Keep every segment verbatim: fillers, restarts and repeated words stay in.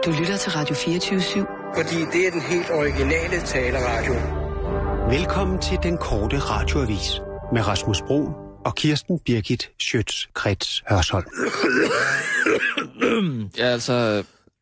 Du lytter til Radio fireogtyve syv. Fordi det er den helt originale taleradio. Velkommen til den korte radioavis med Rasmus Bro og Kirsten Birgit Schøtz-Krets Hørsholm. Ja, altså...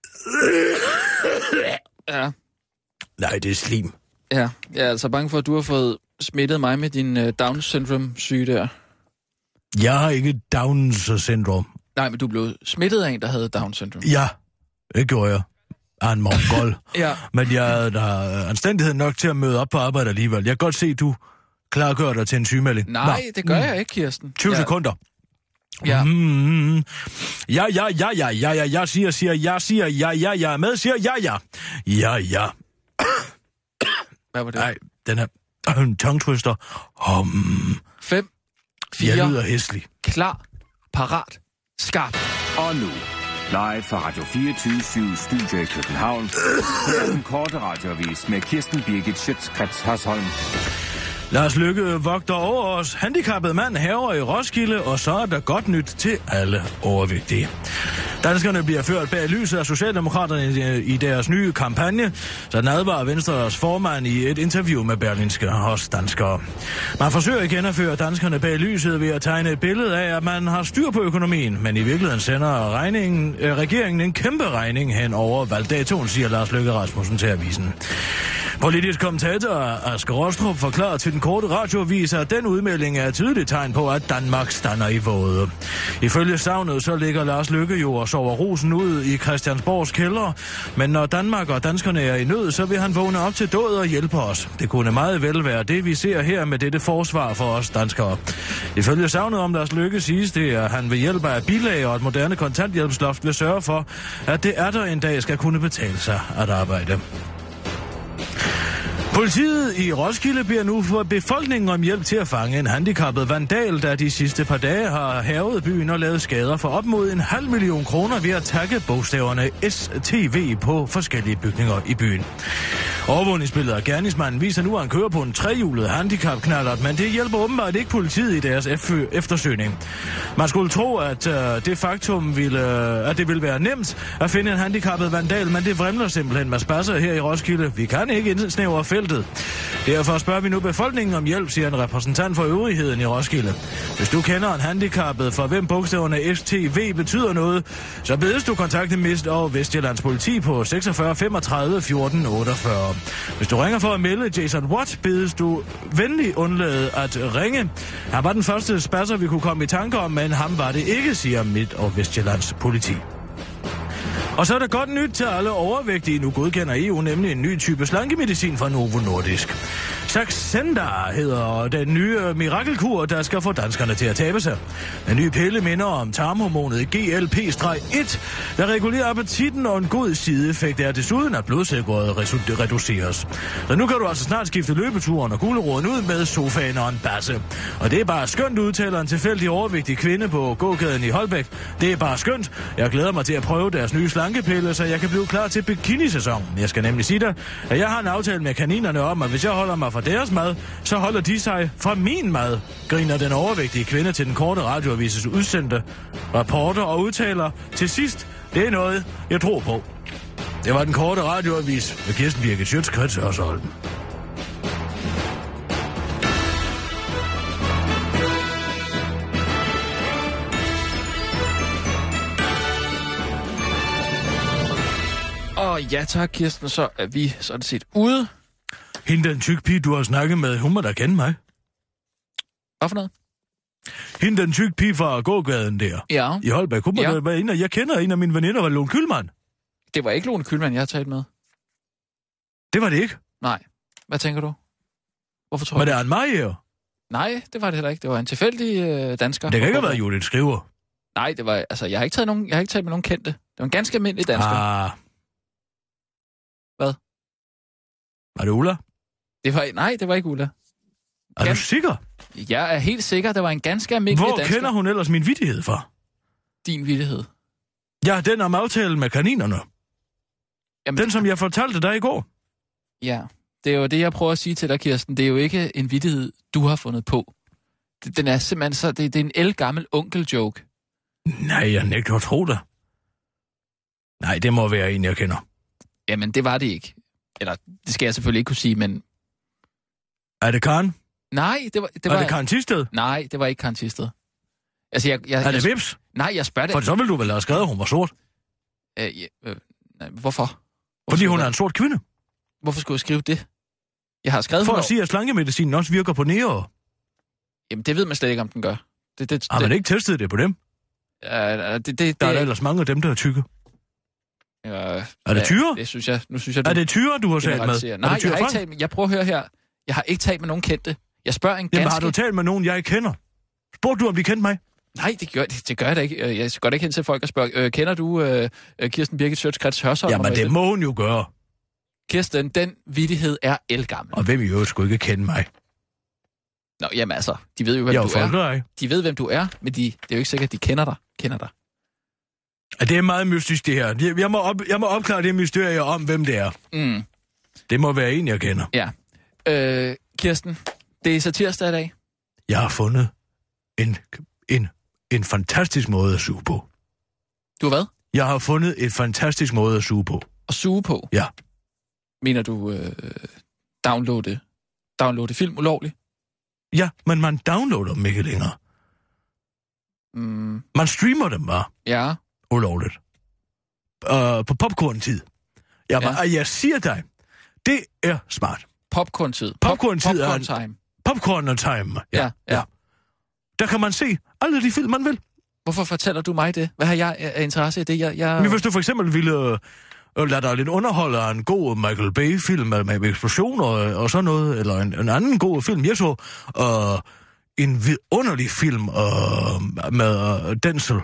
Ja. Nej, det er slim. Ja, jeg er altså bange for, at du har fået smittet mig med din uh, Down-syndrom-syge der. Jeg har ikke Down-syndrom. Nej, men du blev smittet af en, der havde Down-syndrom. Ja, det gjorde jeg. Af en mongol. Ja. Men jeg har anstændighed nok til at møde op på arbejde alligevel. Jeg kan godt se, at du klargør dig til en sygemelding. Nej, Nå. det gør jeg ikke, Kirsten. tyve ja. sekunder. Ja. Mm, ja, ja, ja, ja, ja, ja, jeg siger, siger, jeg siger, ja, ja, jeg er med, siger, ja, ja. Ja, ja. Hvad var det? Nej, den her tongue-twister. Um, Fem, fire, jeg lyder hæslig. Klar, parat, skarp. Og nu, live fra Radio fireogtyve syv Studio i København. Her er den korte radioavis med Kirsten Birgit Schøtz-Krets Hørsholm. Lars Løkke vogter over os. Handicappet mand hærger i Roskilde, og så er der godt nyt til alle overvægtige. Danskerne bliver ført bag lyset af Socialdemokraterne i deres nye kampagne, så den advarer Venstres formand i et interview med Berlingske hos danskere. Man forsøger igen at føre danskerne bag lyset ved at tegne et billede af, at man har styr på økonomien, men i virkeligheden sender regningen, øh, regeringen en kæmpe regning hen over valgdatoen, siger Lars Løkke Rasmussen til avisen. Politisk kommentator Asger Rostrup forklarer til den korte radioavis, at den udmelding er et tydeligt tegn på, at Danmark stander i våde. Ifølge savnet så ligger Lars Løkke jo og sover rosen ud i Christiansborgs kælder, men når Danmark og danskerne er i nød, så vil han vågne op til død og hjælpe os. Det kunne meget vel være det, vi ser her med dette forsvar for os danskere. Ifølge savnet om Lars Løkke siges det, at han ved hjælp af bilag og et moderne kontanthjælpsloft vil sørge for, at det er der en dag skal kunne betale sig at arbejde. Politiet i Roskilde beder nu for befolkningen om hjælp til at fange en handicappet vandal, der de sidste par dage har hærget byen og lavet skader for op mod en halv million kroner ved at tagge bogstaverne S T V på forskellige bygninger i byen. Overvågningsbilledet af gerningsmanden viser nu, at han kører på en trehjulet handicapknallert, men det hjælper åbenbart ikke politiet i deres eftersøgning. Man skulle tro, at uh, det faktum ville, uh, at det ville være nemt at finde en handicappet vandal, men det vrimler simpelthen med spasser her i Roskilde. Vi kan ikke indsnævre feltet. Derfor spørger vi nu befolkningen om hjælp, siger en repræsentant for øvrigheden i Roskilde. Hvis du kender en handicappet, for hvem bogstaverne S T V betyder noget, så bedes du kontakte Midt- og Vestjyllands politi på seksogfyrre femogtredive fjorten otteogfyrre. Hvis du ringer for at melde Jason Watt, bedes du venlig undlade at ringe. Han var den første spasser, vi kunne komme i tanke om, men ham var det ikke, siger Midt- og Vestjyllands politi. Og så er der godt nyt til alle overvægtige. Nu godkender E U nemlig en ny type slankemedicin fra Novo Nordisk. Saxenda hedder den nye mirakelkur, der skal få danskerne til at tabe sig. Den nye pille minder om tarmhormonet G L P et, der regulerer appetitten, og en god sideeffekt er desuden, at blodsukkeret reduceres. Så nu kan du altså snart skifte løbeturen og guleroden ud med sofaen og en basse. Og det er bare skønt, udtaler en tilfældig overvægtig kvinde på gågaden i Holbæk. Det er bare skønt. Jeg glæder mig til at prøve deres nye slankepille, så jeg kan blive klar til bikinisæsonen. Jeg skal nemlig sige dig, at jeg har en aftale med kaninerne om, at hvis jeg holder mig fra deres mad, så holder de sig fra min mad, griner den overvægtige kvinde til den korte radioavises udsendte rapporter og udtaler til sidst, det er noget, jeg tror på. Det var den korte radioavis med Kirsten Birgit Schøtz-Krets Hørsholm. Og ja tak, Kirsten, så er vi sådan set ude. Hende den tyk pige, du har snakket med, hun må da kende mig. Hvad for noget? Hende den tyk pige fra gågaden der. Ja. I Holbæk, hun må Ja. da være inde, jeg kender en af mine veninder, var Lone Kyhlmann. Det var ikke Lone Kyhlmann, jeg har talt med. Det var det ikke. Nej. Hvad tænker du? Hvorfor tror Men du? det er en Majer. Nej, det var det heller ikke. Det var en tilfældig øh, dansker. Det kan ikke have været Judith Skriver. Nej, det var, altså, jeg har ikke taget nogen, jeg har ikke talt med nogen kendte. Det var en ganske almindelig dansker. Ah. Hvad? Var det Ulla? Det var, nej, det var ikke Ulla. Er Gan- du sikker? Jeg er helt sikker, det var en ganske almindelig Hvor dansker. kender hun ellers min vittighed fra? Din vittighed. Ja, den om aftalen med kaninerne. Jamen, Den, som jeg fortalte dig i går. Ja, det er jo det, jeg prøver at sige til dig, Kirsten. Det er jo ikke en vittighed, du har fundet på. Den er simpelthen så... Det, det er en ældgammel onkel-joke. Nej, jeg nægter at tro det. Nej, det må være en, jeg kender. Jamen, det var det ikke. Eller, det skal jeg selvfølgelig ikke kunne sige, men... Er det Karen? Nej, det var... Det er var... det Karen Thisted? Nej, det var ikke Karen Thisted. Altså, jeg... jeg er det jeg... Vips? Nej, jeg spørger det. For så ville du vel have skrevet, at hun var sort? Øh, ja, øh, nej, hvorfor? hvorfor? Fordi hun er en sort kvinde. Hvorfor skulle jeg skrive det? Jeg har skrevet... For at sige, at slankemedicinen også virker på nære. Jamen, det ved man slet ikke, om den gør. Det, det, har man det... ikke testet det på dem? Uh, det, det, det, der er det... ellers mange af dem, der er tykke. Uh, er det tyre? Ja, det synes jeg. Nu synes jeg, du... Er det tyre, du har talt med? Nej, jeg har ikke talt med... Jeg prøver at høre her. Jeg har ikke talt med nogen kendte. Jeg spørger en ganske... Jamen, har du talt med nogen, jeg ikke kender? Spurgte du, om de kendte mig? Nej, det gør, det, det gør jeg da ikke. Jeg går da ikke hen til folk og spørger, øh, kender du øh, Kirsten Birgit Sjøtskrets Hørsholm? Jamen, det må hun jo gøre. Kirsten, den vittighed er ældgammel. Og hvem i øvrigt skulle ikke kende mig? Nå, jamen altså, de ved jo, hvem jeg du er. Dig. De ved, hvem du er, men de, det er jo ikke sikkert, at de kender dig. Kender dig. Det er meget mystisk, det her. Jeg må, op, jeg må opklare det mysterie om, hvem det er. Mm. Det må være en, jeg kender. Ja. Øh, Kirsten, det er så tirsdag i dag. Jeg har fundet en, en, en fantastisk måde at suge på. Du har hvad? Jeg har fundet et fantastisk måde at suge på. At suge på? Ja. Mener du øh, downloade, downloade film ulovligt? Ja, men man downloader dem ikke længere. Mm. Man streamer dem bare. Ja. Ulovligt. Uh, på popcorn-tid. Jeg, ja. bare, jeg siger dig, det er smart. Popcorn-tid? Popcorn-tid Pop- popcorn er en... Popcorn-time. Ja, ja, ja. Der kan man se alle de film, man vil. Hvorfor fortæller du mig det? Hvad har jeg af interesse i det? Jeg, jeg... Men hvis du for eksempel ville uh, lade dig lidt underholde af en god Michael Bay-film med, med eksplosioner og, og sådan noget, eller en, en anden god film, jeg så, uh, en vidunderlig film uh, med uh, Denzel, uh,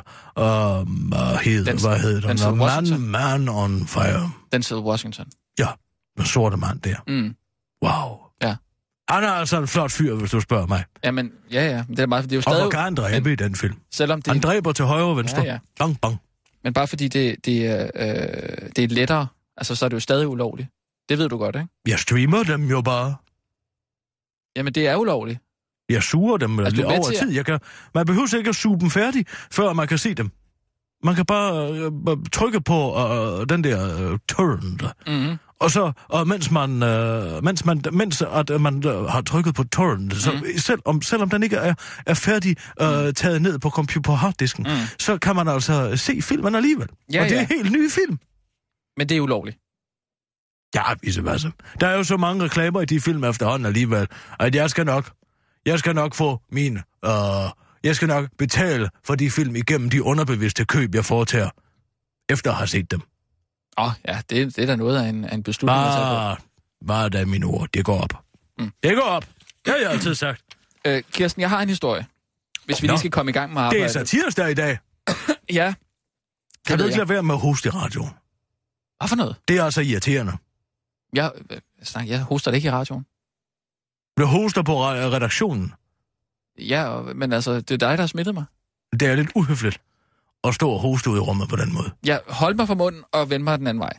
hed, Denzel, hvad hed den? Man, Man on Fire. Denzel Washington. Ja, den sorte mand der. Mm. Wow. Ja. Han er altså en flot fyr, hvis du spørger mig. Jamen, ja, ja. Det er meget, det er jo stadig... Og hvor kan han dræbe i den film? Selvom det... Han dræber til højre og venstre. Ja, ja. Bang, bang. Men bare fordi det, det, øh, det er lettere, altså så er det jo stadig ulovligt. Det ved du godt, ikke? Jeg streamer dem jo bare. Jamen, det er ulovligt. Jeg suger dem altså, over tid. Jeg kan, man behøver ikke at suge dem færdig, før man kan se dem. Man kan bare øh, trykke på øh, den der øh, torrent. Mm-hmm. Og så, og mens man, øh, mens man, mens at man øh, har trykket på torrent, så mm. selvom, selvom den ikke er, er færdig øh, taget ned på computer på harddisken, mm. så kan man altså se filmen alligevel. Ja, og det er ja. helt nye film. Men det er ulovligt. Ja, vissevasse. Der er jo så mange reklamer i de film efterhånden alligevel, at jeg skal nok, jeg skal nok få min, øh, jeg skal nok betale for de film igennem de underbevidste køb, jeg foretager, efter at have set dem. Åh, oh, ja, det, det er da noget af en, af en beslutning. Bare, bare da mine ord, det går op. Mm. Det går op. Det har jeg altid sagt. Øh, Kirsten, jeg har en historie. Hvis vi Nå. lige skal komme i gang med arbejdet. Det er satirsdag i dag. Ja. Kan du ikke lade være med at hoste i radioen? Hvad for noget? Det er altså irriterende. Jeg, jeg hoster det ikke i radioen. Du hoster på redaktionen? Ja, men altså, det er dig, der har smittet mig. Det er lidt uhøfligt at stå og hoste ud i rummet på den måde. Jeg hold mig for munden og vend mig den anden vej.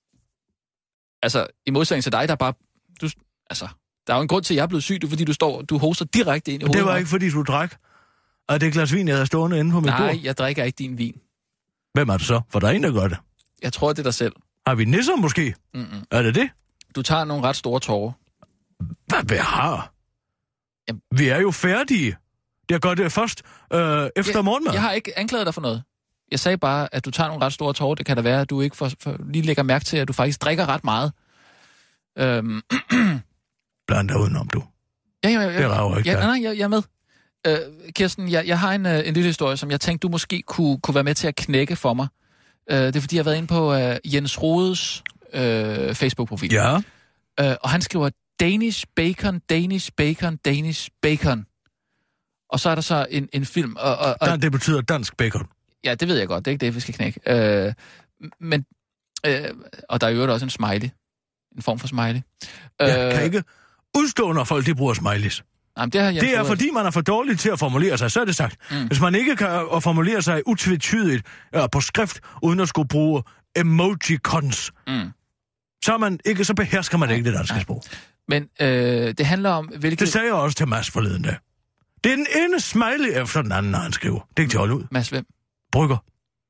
Altså, i modsætning til dig, der bare... Du, altså, der er jo en grund til, at jeg er blevet syg, fordi du står, du hoster direkte ind i hovedet. Det var ikke, fordi du drak. Og det glas vin, jeg havde stående inde på mit Nej, bord. Nej, jeg drikker ikke din vin. Hvem er det så? For der er en, der gør det. Jeg tror, det er dig selv. Har vi nisser måske? Mm-mm. Er det det? Du tager nogle ret store tårer. Hvad behar? Jamen. Vi er jo færdige. Jeg gør det først øh, efter jeg, morgenmad. Jeg har ikke anklaget dig for noget. Jeg sagde bare, at du tager nogle ret store tårer. Det kan da være, at du ikke for, for, lige lægger mærke til, at du faktisk drikker ret meget. Øhm. Bland dig udenom, du. Ja, ja, ja, det rager ikke ja, dig. Nej, nej, jeg, jeg er med. Øh, Kirsten, jeg, jeg har en, en lille historie, som jeg tænkte, du måske kunne, kunne være med til at knække for mig. Øh, det er, fordi jeg har været inde på øh, Jens Rodes øh, Facebook-profil. Ja. Øh, og han skriver, Danish bacon, Danish bacon, Danish bacon. Og så er der så en, en film. Og, og, og, Dan, det betyder dansk bacon. Ja, det ved jeg godt. Det er ikke det, vi skal knække. Øh, men, øh, og der er jo også en smiley. En form for smiley. Jeg øh, kan ikke udstå, når folk de bruger smileys. Jamen, det, har jeg det er, fordi man er for dårlig til at formulere sig, så er det sagt. Mm. Hvis man ikke kan at formulere sig utvetydigt ja, på skrift, uden at skulle bruge emojicons, mm. så, er man ikke, så behersker man ikke det danske sprog. Men øh, det handler om... Hvilke... Det sagde jeg også til Mads forleden dag. Det er den ene smiley efter den anden, når han skriver. Det er ikke til at holde ud. Mads hvem? Brygger.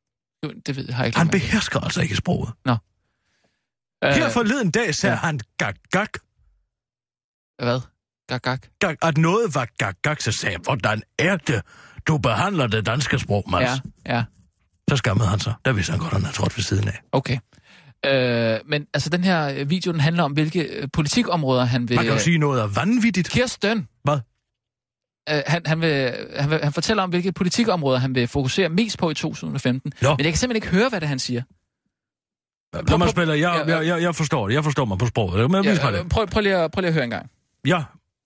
Du, det ved jeg, har jeg ikke. Han behersker altså ikke sproget. Nå. Her forleden dag sagde ja. han gak, gak. Hvad? Gak, gak? Gak, at noget var gak, gak, så sagde jeg, hvordan er det, du behandler det danske sprog, Mads? Ja, ja. Så skammede han sig. Der vidste han godt, han havde trådt ved siden af. Okay. Øh, men altså, den her video, den handler om, hvilke politikområder han vil... Man kan jo sige noget af vanvittigt. Kirsten! Hvad? Øh, han, han, vil, han, vil, han fortæller om, hvilke politikområder han vil fokusere mest på i to tusind og femten. Nå. Men jeg kan simpelthen ikke høre, hvad det han siger. Lad mig spille. Jeg, jeg, jeg, jeg forstår det. Jeg forstår mig på sproget. Men ja, øh, prøv, prøv, lige at, prøv lige at høre en gang. Ja.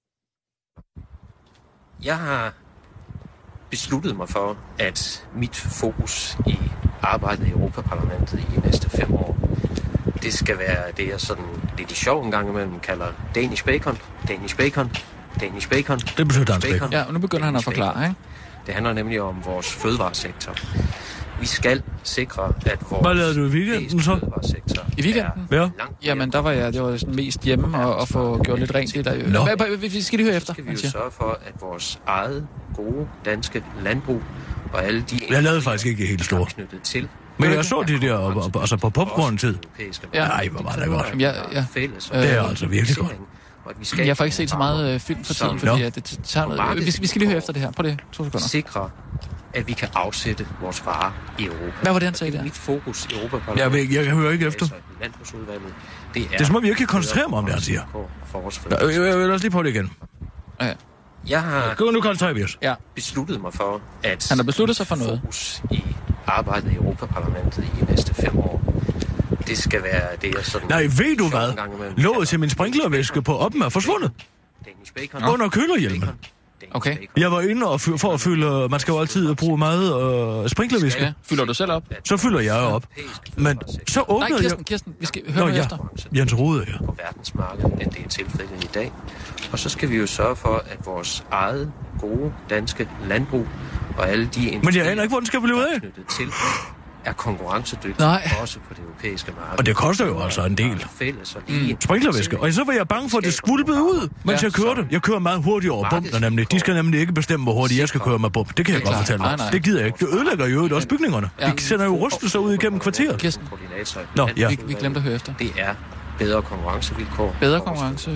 Jeg har besluttet mig for, at mit fokus i arbejdet i Europaparlamentet i næste fem år, det skal være det, jeg sådan lidt i sjov en gang imellem kalder Danish Bacon, Danish Bacon, Danish Bacon. Det betyder dansk bacon. Ja, og nu begynder han at forklare, ikke? Det handler nemlig om vores fødevaresektor. Vi skal sikre, at vores... Hvad lavede du i weekenden så? I weekenden? Ja. Jamen, der var jeg det var sådan mest hjemme og, og få gjort lidt rent. Det der jo. Nå. Vi skal lige høre efter. Så skal vi jo sørge for, at vores eget gode danske landbrug og alle de... Jeg lavede faktisk ikke helt store. Til. Men jeg så de der, altså på popcorn-tid. Ja. Nej, hvor var det godt. Ja, ja. Det er altså virkelig godt. Jeg får ikke set så meget øh, film for tiden, fordi ja, det tager noget. Vi, vi skal lige høre efter det her. Prøv det. To sekunder. Sikre, at vi kan afsætte vores varer i Europa. Hvad var det, han sagde der? Mit fokus i Europa. Jeg, ved, jeg kan høre ikke efter. Det er, det er som om, jeg ikke kan koncentrere mig om det, han siger. Jeg, jeg, jeg vil også lige på det igen. Ja. Jeg har Gå nu, koncentrere ja. besluttet mig for, at han har besluttet sig for noget. Fokus i arbejdet i Europaparlamentet i næste fem år. Det skal være det, jeg sådan... Nej, ved du hvad? Låget til min sprinklervæske på oppen er forsvundet. Ja. Under kølerhjelmen. Okay. Jeg var inde og for at fylde... Man skal jo altid bruge meget øh, sprinklervæske. Ja. Fylder du selv op? Så fylder jeg op. Men så åbnede Nej, Kirsten, jeg... Kirsten, vi skal høre Nå, ja. efter. Jens Rode, ja. På verdensmarkedet, end det er tilfældet i dag. Og så skal vi jo sørge for, at vores eget gode danske landbrug og alle de... Men jeg aner ikke, hvor den skal blive af. Til er konkurrencedygtig også på det europæiske marked. Og det koster jo altså en del. Mm. Sprinklervæske. Og så var jeg bange for, at det skvulpede ud, mens ja, jeg kørte. Jeg kører meget hurtigt over bumper, nemlig. De skal nemlig ikke bestemme, hvor hurtigt jeg skal køre med bump. Det kan jeg godt fortælle dig. Det gider jeg ikke. Det ødelægger jo også bygningerne. Ja. De sender jo rystelser ud igennem kvarteret. Kirsten, Nå, ja. vi, vi glemte at høre efter. Det er bedre konkurrencevilkår. Bedre konkurrence.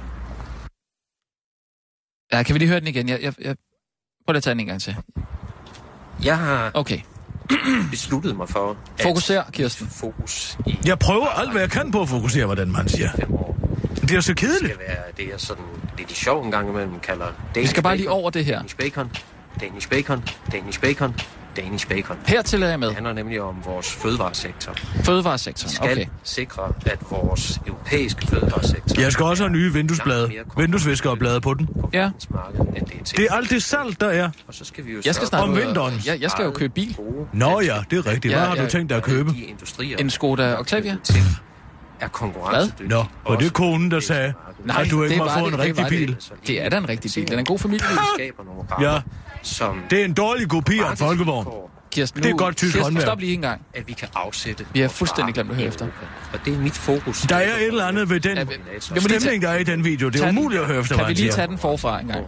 Ja, kan vi lige høre den igen? Jeg, jeg, jeg... Prøv lige at tage den en gang til. Jeg har... Okay. besluttet mig for... Fokuser, Kirsten. Fokus i... Jeg prøver alt, hvad jeg kan på at fokusere, hvordan man siger. Det er så kedeligt. Det skal være det, jeg sådan lidt i sjov en gang imellem kalder... Vi skal bare lige over det her. Danish Bacon, Danish Bacon, Danish Bacon, Danish Bacon. Her til er jeg med. Det handler nemlig om vores fødevaresektor. Fødevaresektoren, okay. Vi skal sikre, at vores europæiske fødevaresektor... Jeg skal også have nye vinduesblade. Vinduesvisker og blade på den. Ja. Det er alt det salt, der er. Og så skal vi jo jeg skal snart om vinteren. Ja, jeg skal jo købe bil. Nå ja, det er rigtigt. Hvad ja, har du tænkt dig at købe? En Skoda Octavia. Er konkurrencedygtig. Nå, var det konen, der sagde, nej, at du ikke må få det, en rigtig det bil? Det. det er da en rigtig bil. Den er en god familiebil. Ja, det er en dårlig kopi af en folkevogn. Kirsten, det er godt tysk håndværk. Stop lige en gang. At vi kan afsætte. Vi har fuldstændig glemt at høre efter. Og det er mit fokus. Der er et eller andet ved den ja, stemning, der er i den video. Det er umuligt at høre efter, hvad han siger. Kan vi lige tage den forfra en gang?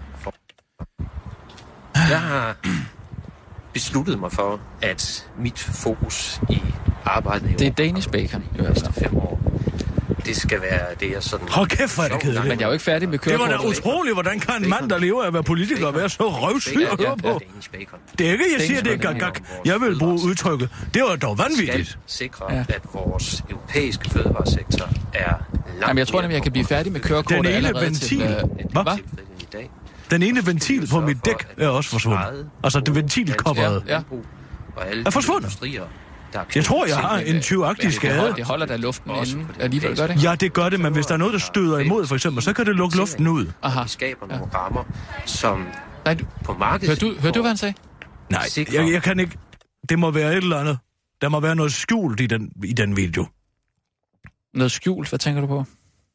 Jeg har besluttet mig for, at mit fokus i arbejdet i det er Danish Bacon. De næste fem år. Det skal være det, jeg sådan... Hold kæft, hvor er det kedeligt. Men jeg er jo ikke færdig med kørekortet. Det var da utroligt, hvordan kan en mand, der lever af at være politiker, være så røvsyg at høre på? Det er ikke, jeg siger, det er gak-gak. Jeg vil bruge udtrykket. Det var dog vanvittigt. Skal sikre, at vores europæiske fødevaresektor er langt... Jamen, jeg tror nemlig, jeg kan blive færdig med kørekortet den ene ventil. Hvad? Den ene ventil på mit dæk er også forsvundet. Altså, det ventilkopperet er forsvundet. Jeg tror, jeg har en tyvagtig skade. Det holder da luften inden alligevel, gør det? Ja, det gør det, men hvis der er noget, der støder imod, for eksempel, så kan det lukke luften ud. Aha. Vi skaber nogle rammer, som Nej, du, på markedet... Hørte du, hør du, hvad han sagde? Nej, jeg, jeg kan ikke... Det må være et eller andet. Der må være noget skjult i den, i den video. Noget skjult? Hvad tænker du på?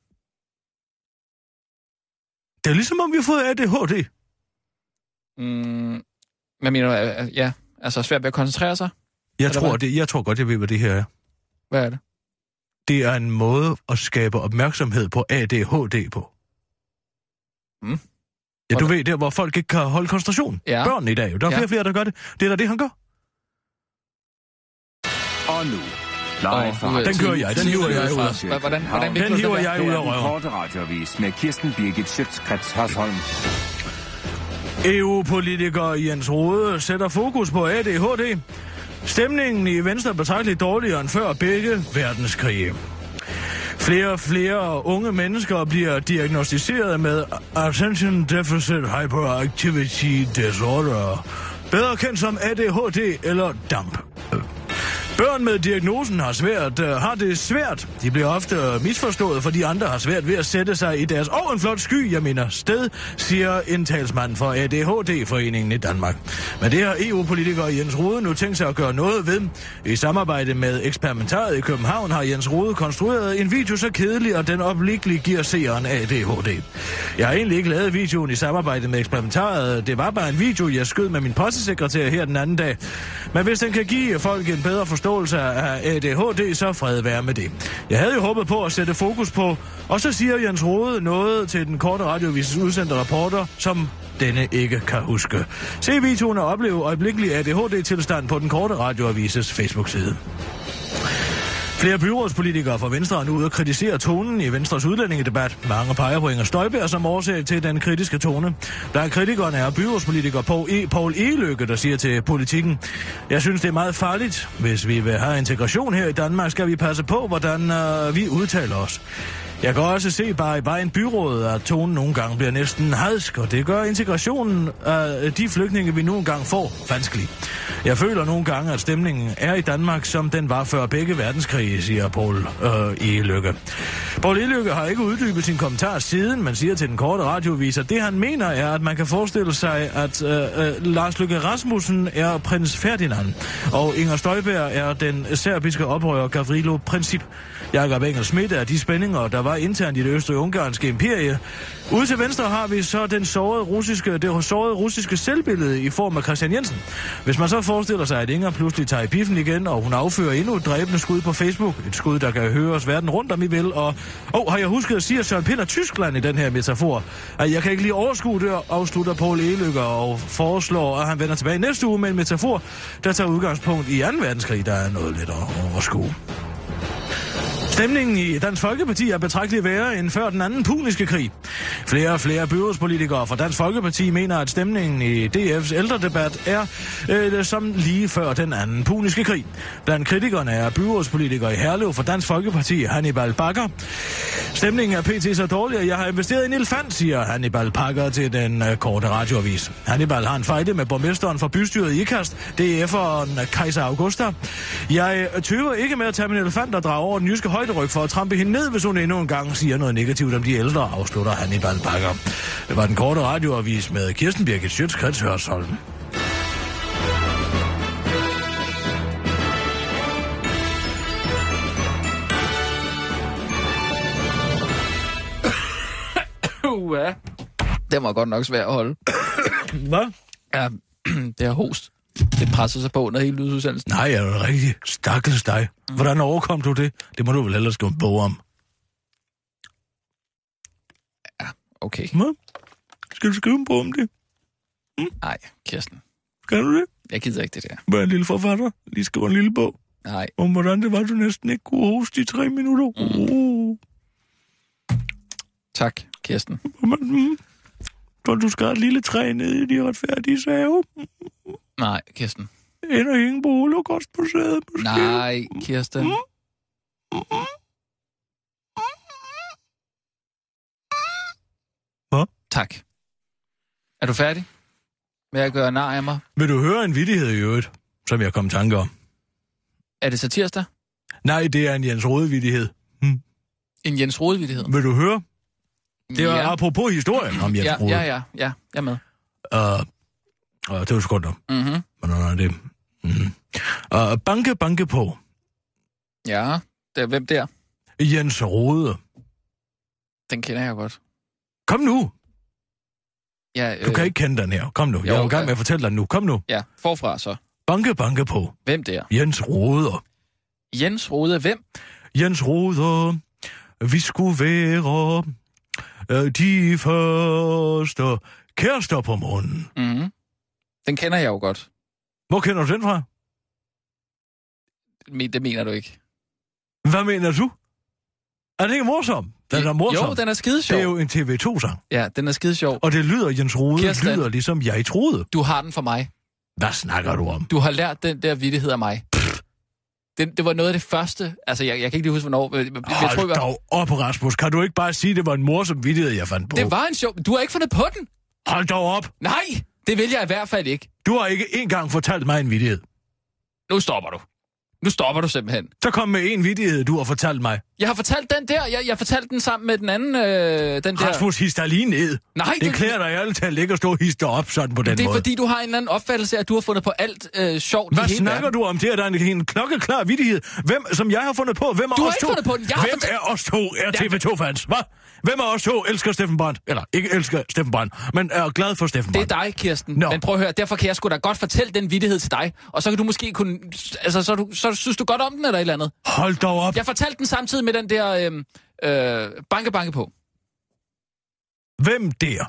Det er ligesom, om vi har fået A D H D. Mm, hvad mener du? Ja, altså svært ved at koncentrere sig? Jeg tror, det, jeg tror godt, jeg ved, hvad det her er. Hvad er det? Det er en måde at skabe opmærksomhed på A D H D på. Mm. Ja, du ved, der hvor folk ikke kan holde koncentration. Ja. Børn i dag, der er flere ja. flere, der gør det. Det er da det, han gør. Og nu, live fra... Den kører jeg, den hiver jeg ud af. Hvordan, hvordan, hvordan Den hiver jeg ud af Den røven. korte radioavis med Kirsten Birgit Schøtz-Krets Hørsholm. E U-politiker Jens Rohde sætter fokus på A D H D. Stemningen i Venstre er betragteligt dårligere end før begge verdenskrige. Flere og flere unge mennesker bliver diagnosticeret med Attention Deficit Hyperactivity Disorder, bedre kendt som A D H D eller D A M P. Børn med diagnosen har, svært, uh, har det svært. De bliver ofte misforstået, fordi andre har svært ved at sætte sig i deres og en flot sky, jeg mener sted, siger en talsmand for A D H D-foreningen i Danmark. Men det har E U-politiker Jens Rohde nu tænkt sig at gøre noget ved. I samarbejde med Eksperimentariet i København har Jens Rohde konstrueret en video så kedelig, at den oplikeligt giver seeren A D H D. Jeg har egentlig ikke lavet videoen i samarbejde med Eksperimentariet. Det var bare en video, jeg skød med min postesekretær her den anden dag. Men hvis den kan give folk en bedre forståelse af A D H D, så fred være med det. Jeg havde jo håbet på at sætte fokus på, og så siger Jens Rohde noget til den korte radiovises udsendte rapporter, som denne ikke kan huske. Se videoen og opleve øjeblikkelig A D H D-tilstand på den korte radioavises Facebook-side. Flere byrådspolitikere fra Venstre er nu ude at kritisere tonen i Venstres udlændingedebat. Mange peger på Inger Støjberg som årsag til den kritiske tone. Blandt kritikerne er byrådspolitiker Poul, e. Poul Egeløkke, der siger til Politikken: Jeg synes, det er meget farligt. Hvis vi vil have integration her i Danmark, skal vi passe på, hvordan øh, vi udtaler os. Jeg kan også se bare i vejen byrådet, at tonen nogle gange bliver næsten hadsk, og det gør integrationen af de flygtninge, vi nogle gange får, vanskelig. Jeg føler nogle gange, at stemningen er i Danmark, som den var før begge verdenskrige, siger Poul øh, Egeløkke. Poul Egeløkke har ikke uddybet sin kommentar siden, men siger til den korte radiovis, at det han mener er, at man kan forestille sig, at øh, øh, Lars Løkke Rasmussen er prins Ferdinand, og Inger Støjberg er den serbiske oprører Gavrilo Princip. Jakob Engel-Schmidt er de spændinger, der var internt i det østrig-ungarske imperie. Ude til venstre har vi så den sårede russiske, det sårede russiske selvbillede i form af Christian Jensen. Hvis man så forestiller sig, at Inger pludselig tager i biffen igen, og hun affører endnu et dræbende skud på Facebook, et skud, der kan høres verden rundt om I vil, og oh, har jeg husket at sige, at Søren Pind er Tyskland i den her metafor? At jeg kan ikke lige overskue det, afslutter Poul Egeløkke og foreslår, at han vender tilbage næste uge med en metafor, der tager udgangspunkt i anden verdenskrig, der er noget lidt at overskue. Stemningen i Dansk Folkeparti er betragteligt værre end før den anden puniske krig. Flere og flere byrådspolitikere fra Dansk Folkeparti mener, at stemningen i D F's ældredebat er øh, som lige før den anden puniske krig. Blandt kritikerne er byrådspolitikere i Herlev fra Dansk Folkeparti, Hannibal Bakker. Stemningen er pt. Så dårlig, at jeg har investeret i en elefant, siger Hannibal Bakker til den øh, korte radioavis. Hannibal har en fejde med borgmesteren for bystyret i Ikast, D F'eren Kaiser Augusta. Jeg tøver ikke med at tage min elefant og drage over den jyske højderyg for at trampe hende ned, hvis hun endnu en gang siger noget negativt om de ældre, afslutter Hannibal Bakker. Det var den korte radioavis med Kirsten Birgit Schøtz-Krets Hørsholm. Uh, det var godt nok svært at holde. Hvad? Ja, det er host. Det presser sig på under hele lydudsendelsen. Nej, jeg er jo rigtig stakkels dig. Hvordan overkom du det? Det må du vel ellers skrive en bog om. Ja, okay. Hvad? Skal du skrive en bog om det? Nej, hm? Kirsten. Skal du det? Jeg gider ikke det der. Hvad er en lille forfatter? Lige skrive en lille bog. Nej. Om hvordan det var, du næsten ikke kunne hoste i tre minutter. Mm. Oh. Tak, Kirsten. Mm. Så du skal have et lille træ ned i de retfærdige save. Nej, Kirsten. Ender ingen på holocaust på sædet, måske? Nej, Kirsten. Mm. Hvad? Tak. Er du færdig med at gøre nar af mig? Vil du høre en vittighed i øvrigt, som jeg kom i tanke om? Er det satirsdag? Nej, det er en Jens Rohde-vittighed. Hm. En Jens Rohde-vittighed? Vil du høre? Det var ja. apropos historien om Jens ja, Rohde. Ja, ja, ja. Jeg er med. Uh, uh, det var sekunder. Mhm. Hvordan er det? Mm. Uh, banke, banke på. Ja, det er, hvem der? Jens Rohde. Den kender jeg godt. Kom nu. Ja, øh... Du kan ikke kende den her. Kom nu. Jeg jo, er i gang øh... med at fortælle dig nu. Kom nu. Ja, forfra så. Banke, banke på. Hvem der? Jens Rohde. Jens Rohde, hvem? Jens Rohde. Vi skulle være øh, de første kærester på månen. Mhm. Den kender jeg jo godt. Hvor kender du den fra? Men det mener du ikke. Hvad mener du? Er det ikke morsom? Den er morsom. Jo, den er skidesjov. Det er jo en T V to-sang. Ja, den er skidesjov. Og det lyder, Jens Rode, Kirsten, lyder ligesom jeg troede. Du har den for mig. Hvad snakker du om? Du har lært den der vittighed af mig. Det, det var noget af det første... Altså, jeg, jeg kan ikke lige huske, hvornår... Men, Hold jeg tror, jeg var... dog op, Rasmus. Kan du ikke bare sige, at det var en morsom vittighed, jeg fandt på? Det var en sjov... Du har ikke fundet på den. Hold dog op. Nej, det vil jeg i hvert fald ikke. Du har ikke engang fortalt mig en vittighed. Nu stopper du. Nu stopper du simpelthen. Så kom med en vittighed, du har fortalt mig. Jeg har fortalt den der. Jeg, jeg fortalte den sammen med den anden... Øh, den der... Rasmus, hist dig lige ned. Nej, det, det klæder dig alle til at ligge og stå og histe op sådan på den måde. Det er måde. Fordi, du har en eller anden opfattelse af, at du har fundet på alt øh, sjovt. Hvad i hele snakker verden. du om det? Der er en, en klokkeklar vittighed. Hvem, som jeg har fundet på? Hvem er Du har os ikke to? fundet på den. Jeg har Hvem fortalt... er os to? Er T V to-fans? Hvad? Hvem af os to elsker Steffen Brandt? Eller ikke elsker Steffen Brandt, men er glad for Steffen Brandt? Det er dig, Kirsten. Nå. Men prøv at høre, derfor kan jeg sgu da godt fortælle den vittighed til dig. Og så kan du måske kunne... Altså, så, du, så synes du godt om den eller et eller andet. Hold dog op. Jeg fortalte den samtidig med den der... Øh, øh, banke, banke på. Hvem der?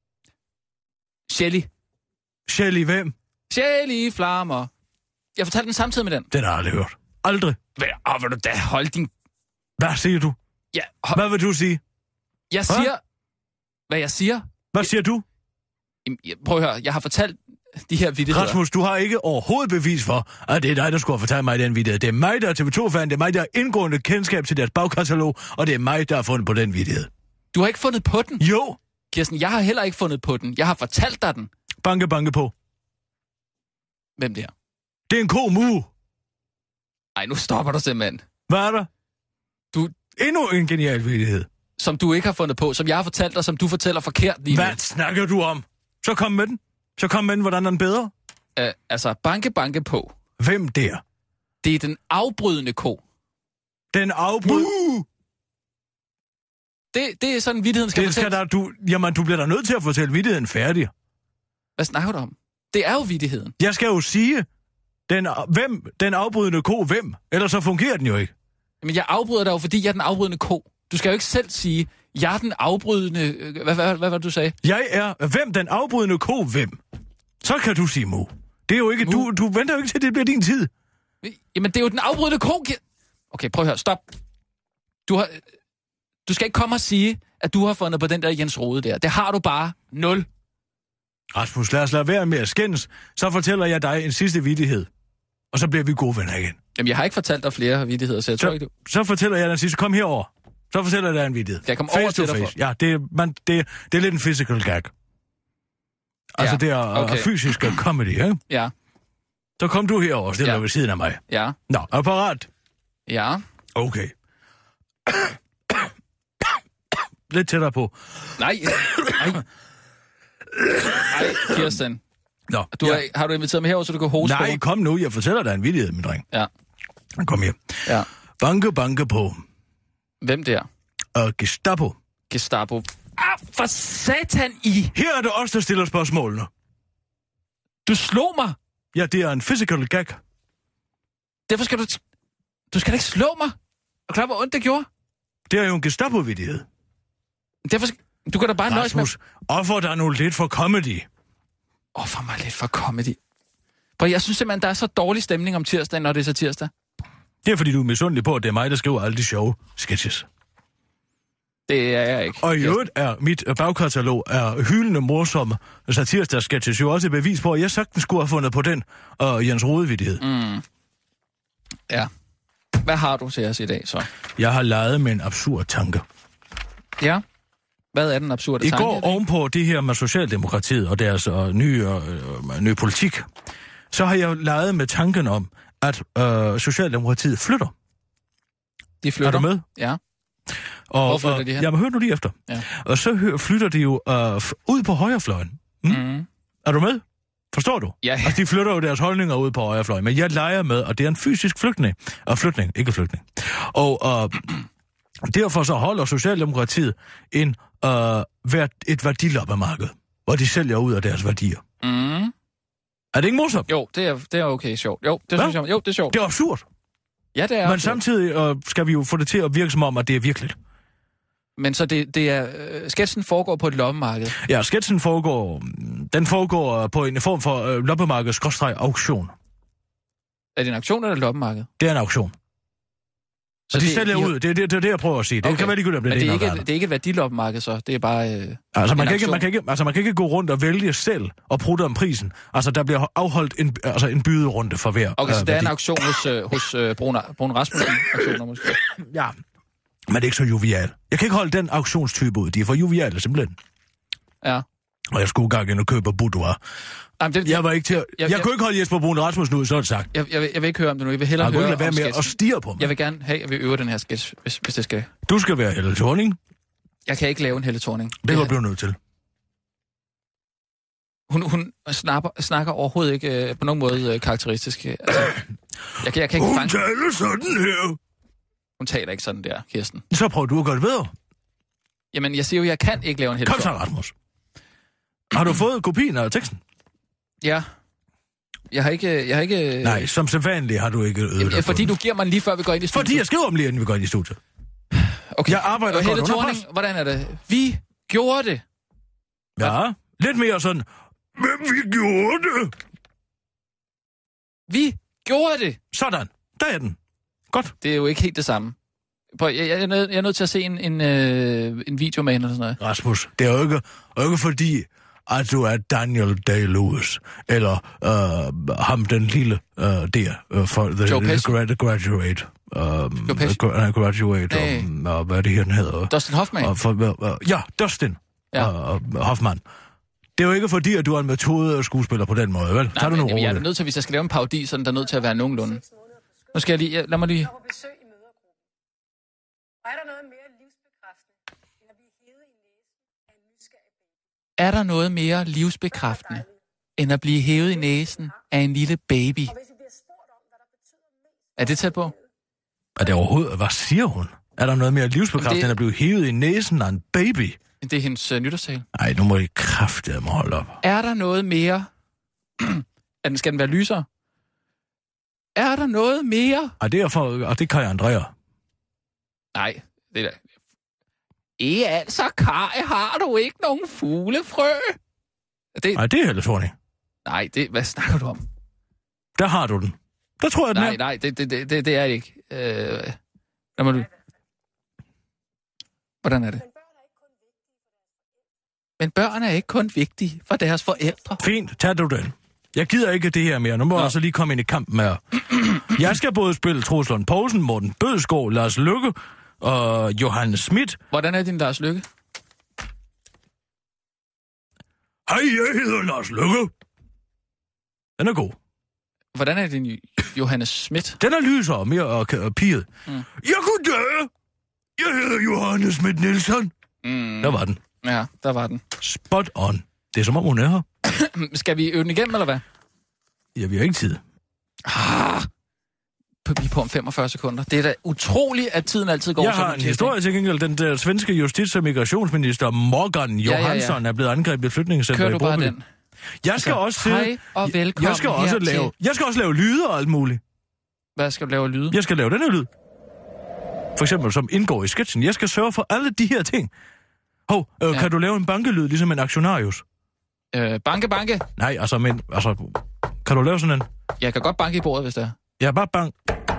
Shelly. Shelly hvem? Shelly flammer. Jeg fortalte den samtidig med den. Den har jeg aldrig hørt. Aldrig. Hvad? Åh, vil du da holde din... Hvad siger du? Ja, hold... Hvad vil du sige? Jeg siger... Hå? Hvad jeg siger? Hvad siger du? Jamen, prøv at høre, jeg har fortalt de her vittigheder. Rasmus, du har ikke overhovedet bevis for, at det er dig, der skulle have fortalt mig den vittighed. Det er mig, der er T V to-fan, det er mig, der har indgående kendskab til deres bagkatalog, og det er mig, der har fundet på den vittighed. Du har ikke fundet på den? Jo. Kirsten, jeg har heller ikke fundet på den. Jeg har fortalt dig den. Banke, banke på. Hvem det er? Det er en ko-mu. Ej, nu stopper du simpelthen. Hvad er der? Du... Endnu en genial vittighed. Som du ikke har fundet på, som jeg har fortalt dig, som du fortæller forkert lige nu. Hvad snakker du om? Så kom med den. Så kom med den, hvordan er den bedre? Uh, altså, banke, banke på. Hvem der? Det er den afbrydende ko. Den afbryd... Uh! Det, det er sådan, vittigheden skal det skal fortælles. der, du, jamen, du bliver da nødt til at fortælle vittigheden færdig. Hvad snakker du om? Det er jo vittigheden. Jeg skal jo sige, den, hvem, den afbrydende ko, hvem? Ellers så fungerer den jo ikke. Men jeg afbryder dig jo, fordi jeg er den afbrydende ko. Du skal jo ikke selv sige, jeg er den afbrydende... Hvad, hvad, hvad var det, du sagde? Jeg er... Hvem den afbrydende ko, hvem? Så kan du sige mu. Det er jo ikke... Du, du venter jo ikke til, det bliver din tid. Jamen, det er jo den afbrydende ko. Okay, prøv at høre. Stop. Du har... Du skal ikke komme og sige, at du har fundet på den der Jens Rode der. Det har du bare nul. Rasmus, lad os lade være med at skændes. Så fortæller jeg dig en sidste vittighed. Og så bliver vi gode venner igen. Jamen, jeg har ikke fortalt dig flere vittigheder, så jeg så, tror ikke, du... Så fortæller jeg den sidste. Kom herover. Så fortæller jeg dig en vittighed. Jeg kommer over til dig for. Ja, det er, man, det, det er lidt en physical gag. Altså, ja, det er okay. fysisk comedy, ikke? Ja. Så kom du herover og stiller ja. ved siden af mig. Ja. Nå, er du parat? Ja. Okay. Lidt tættere på. Nej, nej. Nej, Kirsten. Nå, du ja. har, har du inviteret mig herover, så du kan hoste Nej, kom nu, jeg fortæller dig en vittighed, min dreng. Ja. Kom her. Ja. Banke, banke på. Hvem der? Og Gestapo. Gestapo. Ah, for satan i! Her er det os, der stiller spørgsmålene. Du slog mig! Ja, det er en physical gag. Derfor skal du... Du skal da ikke slå mig! Og klar, hvor ondt det gjorde? Det er jo en Gestapo-vittighed. Derfor skal... Du kan da bare nøjes med... Rasmus, offer dig nu lidt for comedy. Offer mig lidt for comedy. For jeg synes simpelthen, der er så dårlig stemning om tirsdagen, når det er så tirsdag. Det er, fordi du er misundelig på, at det er mig, der skriver alle de sjove sketches. Det er jeg ikke. Og i øvrigt er mit bagkatalog er hyldende morsomme satirsdagssketches jo også et bevis på, at jeg sagtens skulle have fundet på den og Jens Rode-vittighed. Mm. Ja. Hvad har du til os i dag, så? Jeg har leget med en absurd tanke. Ja? Hvad er den absurde I tanke? går ovenpå det her med Socialdemokratiet og deres øh, nye, øh, nye politik, så har jeg leget med tanken om, at øh, Socialdemokratiet flytter. De flytter? Er du med? Ja. Og, Hvor flytter de hen? Jamen, hør nu lige efter. Ja. Og så hø- flytter de jo øh, ud på højrefløjen. Mm? Mm. Er du med? Forstår du? Ja. Altså, de flytter jo deres holdninger ud på højrefløjen, men jeg leger med, og det er en fysisk flytning. Og flytning, ikke flytning. Og øh, derfor så holder Socialdemokratiet en, øh, vært, et værdiloppemarked, hvor de sælger ud af deres værdier. Mm. Er det ikke morsomt? Jo, det er, det er okay sjovt. Jo, det synes jeg, jo, det er sjovt. Det er absurd. Ja, det er Men absurd. samtidig øh, skal vi jo få det til at virke som om, at det er virkeligt. Men så det, det er... Øh, sketchen foregår på et loppemarked. Ja, sketchen foregår... Den foregår på en form for øh, loppemarked-auktion. Er det en auktion eller et loppemarked? Det er en auktion. Så de sælger de... ud. Det er det, det, det, jeg prøver at sige. Det okay. kan være ligegyldigt, om det, Men det, det er ikke, det er ikke et værdiloppemarked, så det er bare øh, altså, man kan ikke, man kan ikke, altså, man kan ikke gå rundt og vælge selv og prutte om prisen. Altså, der bliver afholdt en, altså, en byderunde for hver. Okay, så øh, der er en auktion hos, øh, hos øh, Brun, Brun Rasmussen auktioner måske? Ja, men det er ikke så jovial. Jeg kan ikke holde den auktionstype ud. De er for joviale, simpelthen. Ja. Og jeg skulle gang ind og købe boudoir. Jamen, det, jeg var ikke til at... Jeg, jeg, jeg kunne ikke holde Jesper Brun Rasmussen ud, så er det sagt. Jeg, jeg, jeg vil ikke høre om det nu. Jeg vil hellere jeg høre ikke lade om være med at stirre på mig. Jeg vil gerne have, at vi øver den her sketch, hvis, hvis det skal. Du skal være Helle Thorning. Jeg kan ikke lave en Helle Thorning. Det kan du blive nødt til. Hun, hun snapper, snakker overhovedet ikke øh, på nogen måde øh, karakteristisk. Altså, jeg, jeg kan ikke hun fange... taler sådan her. Hun taler ikke sådan der, Kirsten. Så prøv du at gøre det bedre. Jamen, jeg siger jo, jeg kan ikke lave en Helle Thorning. Kom så, Rasmus. Har du fået kopien af teksten? Ja. Jeg har ikke... Jeg har ikke Nej, som sædvanligt har du ikke øvet Jamen, dig fordi du giver mig lige før vi går ind i studiet. Fordi jeg skriver om lige inden vi går ind i studiet. Okay. Jeg arbejder og godt Helle Thorning, hvordan er det? Vi gjorde det. Ja, lidt mere sådan... Men vi gjorde det. Vi gjorde det. Sådan. Der er den. Godt. Det er jo ikke helt det samme. Prøv, jeg, jeg, er nødt, jeg er nødt til at se en, en, øh, en video med hende eller sådan noget. Rasmus, det er jo ikke, ikke fordi, at du er Daniel Day-Lewis, eller øh, ham den lille øh, der, øh, for the, the Graduate. Um, graduate, um, og hvad er det her, den hedder? Dustin Hoffman? Uh, for, uh, ja, Dustin ja. Uh, Hoffman. Det er jo ikke fordi, at du er en metode skuespiller på den måde, vel? Nej, men, jamen, jeg er nødt til, hvis jeg skal lave en parodi, så er der nødt til at være nogenlunde. Nu skal jeg lige... Lad mig lige... Er der noget mere livsbekræftende, end at blive hævet i næsen af en lille baby? Er det tæt på? Er det overhovedet... Hvad siger hun? Er der noget mere livsbekræftende, det... end at blive hævet i næsen af en baby? Det er hendes uh, nytårstale. Nej, nu må I kraftedeme holde op. Er der noget mere... er den, skal den være lysere? Er der noget mere? Ej, det er for... Og det kan jeg, Andrea. Nej, det er da... I altså, Kaj, har du ikke nogen fuglefrø? Det... Nej, det er Helle Thorning. Nej, det... hvad snakker du om? Der har du den. Der tror jeg, den nej, er. Nej, det, det, det, det er det ikke. Øh... Lad mig du... Hvordan er det? Men børn er ikke kun vigtige for deres forældre. Fint, tag du den. Jeg gider ikke det her mere. Nu må jeg altså lige komme ind i kampen med. Jeg skal både spille Troels Lund Poulsen, Morten Bødskov, Lars Løkke og Johannes Schmidt. Hvordan er din Lars Løkke? Hej, jeg hedder Lars Løkke. Den er god. Hvordan er din Johannes Schmidt? Den er lysere og mere og, og piget. Mm. Jeg kunne dø. Jeg hedder Johannes Schmidt Nielsen. Mm. Der var den. Ja, der var den. Spot on. Det er som om hun er her. Skal vi øve den igennem, eller hvad? Ja, vi har ikke tid. Ah, vi er på om femogfyrre sekunder. Det er da utroligt, at tiden altid går. Jeg har en historie til gengæld. Den der svenske justits- og migrationsminister Morgan Johansson ja, ja, ja. er blevet angrebet i flytningscenter i Broby. Kører du bare den? Jeg skal altså, også hej og velkommen jeg skal også lave, jeg skal også lave lyde og alt muligt. Hvad skal du lave lyde? Jeg skal lave den her lyd. For eksempel, som indgår i sketchen. Jeg skal sørge for alle de her ting. Hov, øh, ja. Kan du lave en bankelyd, ligesom en aktionarius? Øh, banke, banke? Nej, altså, men, altså, kan du lave sådan en? Jeg kan godt banke i bordet, hvis det er. Ja, bare bank.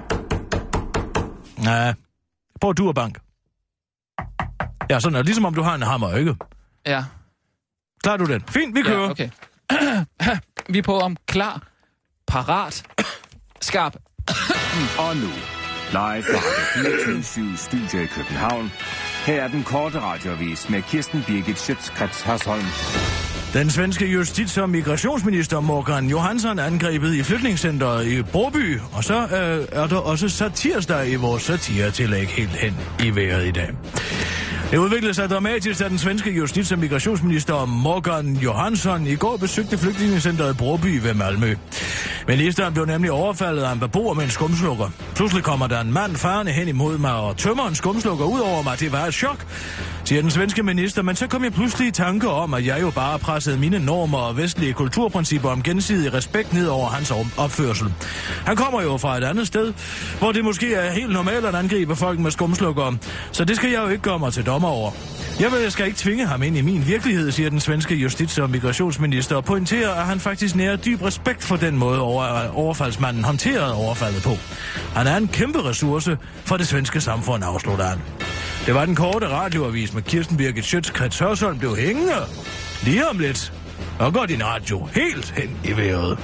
Nej, prøv du at bank. Ja, sådan, ligesom om du har en hammer, ikke? Ja. Klarer du den? Fint, vi kører. Ja, okay. Vi er på om klar, parat, skarp. Og nu, live fra fireogtyve syv Studio i København. Her er den korte radioavis med Kirsten Birgit Schøtz-Krets Hasholm. Den svenske justits- og migrationsminister Morgan Johansson er angrebet i flytningscenteret i Broby, og så øh, er der også satirsdag i vores satiretillæg helt hen i vejret i dag. Det udviklede sig dramatisk, da den svenske justits- og migrationsminister Morgan Johansson i går besøgte flygtningecenteret Broby ved Malmø. Ministeren blev nemlig overfaldet af en beboer med en skumslukker. Pludselig kommer der en mand farende hen imod mig og tømmer en skumslukker ud over mig. Det var et chok, siger den svenske minister, men så kom jeg pludselig i tanke om, at jeg jo bare pressede mine normer og vestlige kulturprincipper om gensidig respekt ned over hans opførsel. Han kommer jo fra et andet sted, hvor det måske er helt normalt at angribe folk med skumslukker, så det skal jeg jo ikke gøre mig til dommer over. Jeg ved, jeg skal ikke tvinge ham ind i min virkelighed, siger den svenske justits- og migrationsminister, og pointerer, at han faktisk nærer dyb respekt for den måde, over, overfaldsmanden håndterede overfaldet på. Han er en kæmpe ressource for det svenske samfund, afslutter han. Det var den korte radioavis med Kirsten Birgit Schøtz-Krets Hørsholm blev hængende. Lige om lidt, og går din radio helt hen i vejret.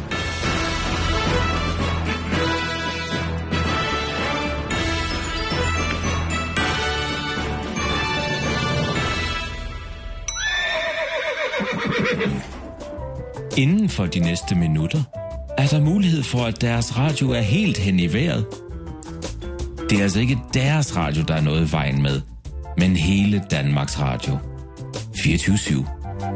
Inden for de næste minutter er der mulighed for, at deres radio er helt hen i vejret. Det er altså ikke deres radio, der er noget i vejen med, men hele Danmarks Radio. fireogtyve syv.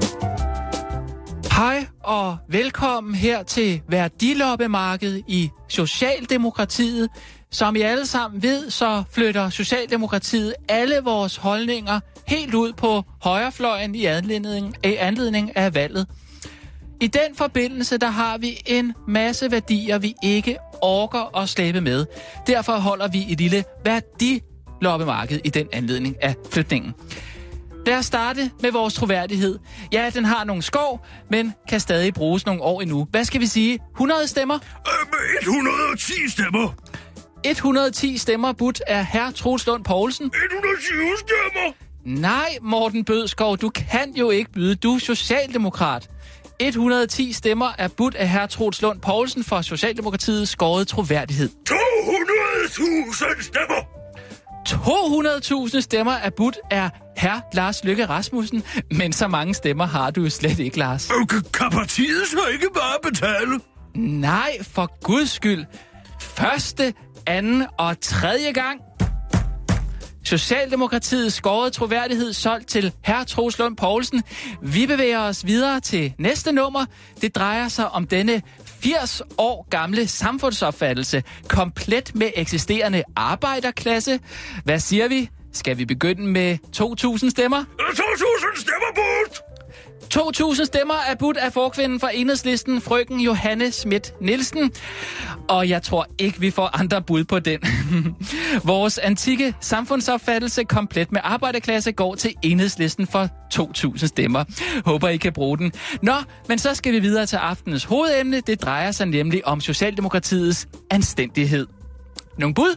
Hej og velkommen her til værdiloppemarkedet i Socialdemokratiet. Som I alle sammen ved, så flytter Socialdemokratiet alle vores holdninger helt ud på højrefløjen i anledning, i anledning af valget. I den forbindelse, der har vi en masse værdier, vi ikke orker at slæbe med. Derfor holder vi et lille værdiloppemarked i den anledning af flytningen. Lad os starte med vores troværdighed. Ja, den har nogle skov, men kan stadig bruges nogle år endnu. Hvad skal vi sige? hundrede stemmer? Øh, et hundrede og ti stemmer. et hundrede og ti stemmer budt af hr. Troels Lund Poulsen. et hundrede og tyve stemmer. Nej, Morten Bødskov, du kan jo ikke byde. Du er socialdemokrat. et hundrede og ti stemmer er budt af hr. Troels Lund Poulsen for Socialdemokratiets skåret troværdighed. to hundrede tusind stemmer. to hundrede tusind stemmer er budt af hr. Lars Løkke Rasmussen, men så mange stemmer har du jo slet ikke, Lars. Kan partiet så ikke bare betale? Nej, for guds skyld. Første, anden og tredje gang. Socialdemokratiets skårede troværdighed solgt til hr. Troels Lund Poulsen. Vi bevæger os videre til næste nummer. Det drejer sig om denne firs år gamle samfundsopfattelse, komplet med eksisterende arbejderklasse. Hvad siger vi? Skal vi begynde med to tusind stemmer? to tusind stemmer budt! to tusind stemmer er budt af forkvinden fra Enhedslisten, frøken Johanne Schmidt Nielsen. Og jeg tror ikke, vi får andre bud på den. Vores antikke samfundsopfattelse, komplet med arbejderklasse, går til Enhedslisten for to tusind stemmer. Håber, I kan bruge den. Nå, men så skal vi videre til aftenens hovedemne. Det drejer sig nemlig om Socialdemokratiets anstændighed. Nogle bud?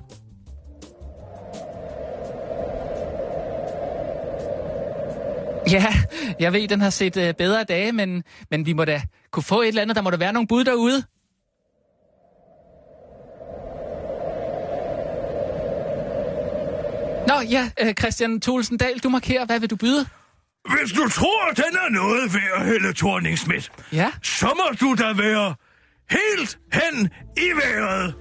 Ja, jeg ved, den har set uh, bedre dage, men, men vi må da kunne få et eller andet. Der må der være nogle bud derude. Nå ja, uh, Christian Thulesen Dahl, du markerer. Hvad vil du byde? Hvis du tror, at den er noget værd, Helle Thorning-Schmidt, ja? Så må du da være helt hen i vejret.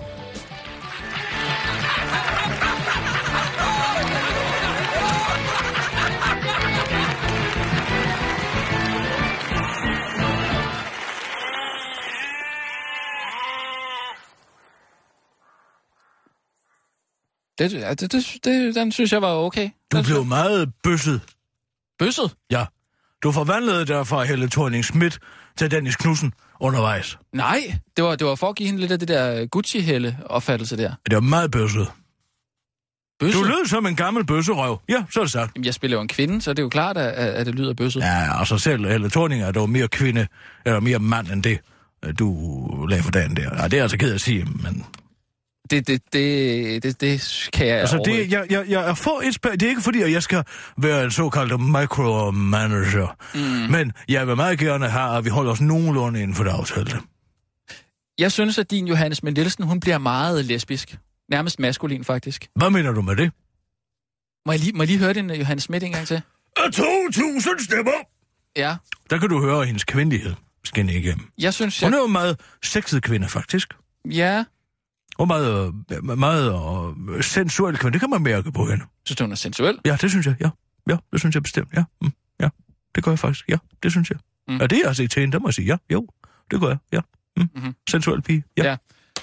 Det, det, det, det, den synes jeg var okay. Den Du blev synes... meget bøsset. Bøsset? Ja. Du forvandlede dig fra Helle Thorning-Schmidt til Dennis Knudsen undervejs. Nej, det var, det var for at give hende lidt af det der Gucci-Helle-opfattelse der. Det var meget bøsset. Bøsset? Du lød som en gammel bøsserøv. Ja, så er det sagt. Jamen, jeg spiller jo en kvinde, så det er jo klart, at, at det lyder bøsset. Ja, og så selv Helle Thorning er dog mere kvinde, eller mere mand end det, du lagde for dagen der. Ja, det er altså ked at sige, men... Det, det, det, det, det kan jeg altså, det, jeg, jeg, jeg får et spørg... Det er ikke fordi, at jeg skal være en såkaldt micromanager. Mm. Men jeg vil meget gerne have, at vi holder os nogenlunde inden for det aftalte. Jeg synes, at din Johanne Schmidt Nielsen, hun bliver meget lesbisk. Nærmest maskulin, faktisk. Hvad mener du med det? Må jeg lige, må jeg lige høre din Johanne Schmidt en gang til? to tusind stemmer! Ja. Der kan du høre hendes kvindelighed skinne igennem. Jeg synes, jeg... Hun er jo en meget sexet kvinde, faktisk. Ja. Og meget, meget uh, sensuel kvinde. Det kan man mærke på hende. Synes du, hun er sensuel? Ja, det synes jeg, ja. Ja, det synes jeg bestemt, ja. Mm, ja, det gør jeg faktisk, ja. Det synes jeg. Mm. Ja, det er jeg altså ikke til hende, der må jeg sige, ja, jo. Det gør jeg, ja. Mm. Mm-hmm. Sensuel pige, ja. ja.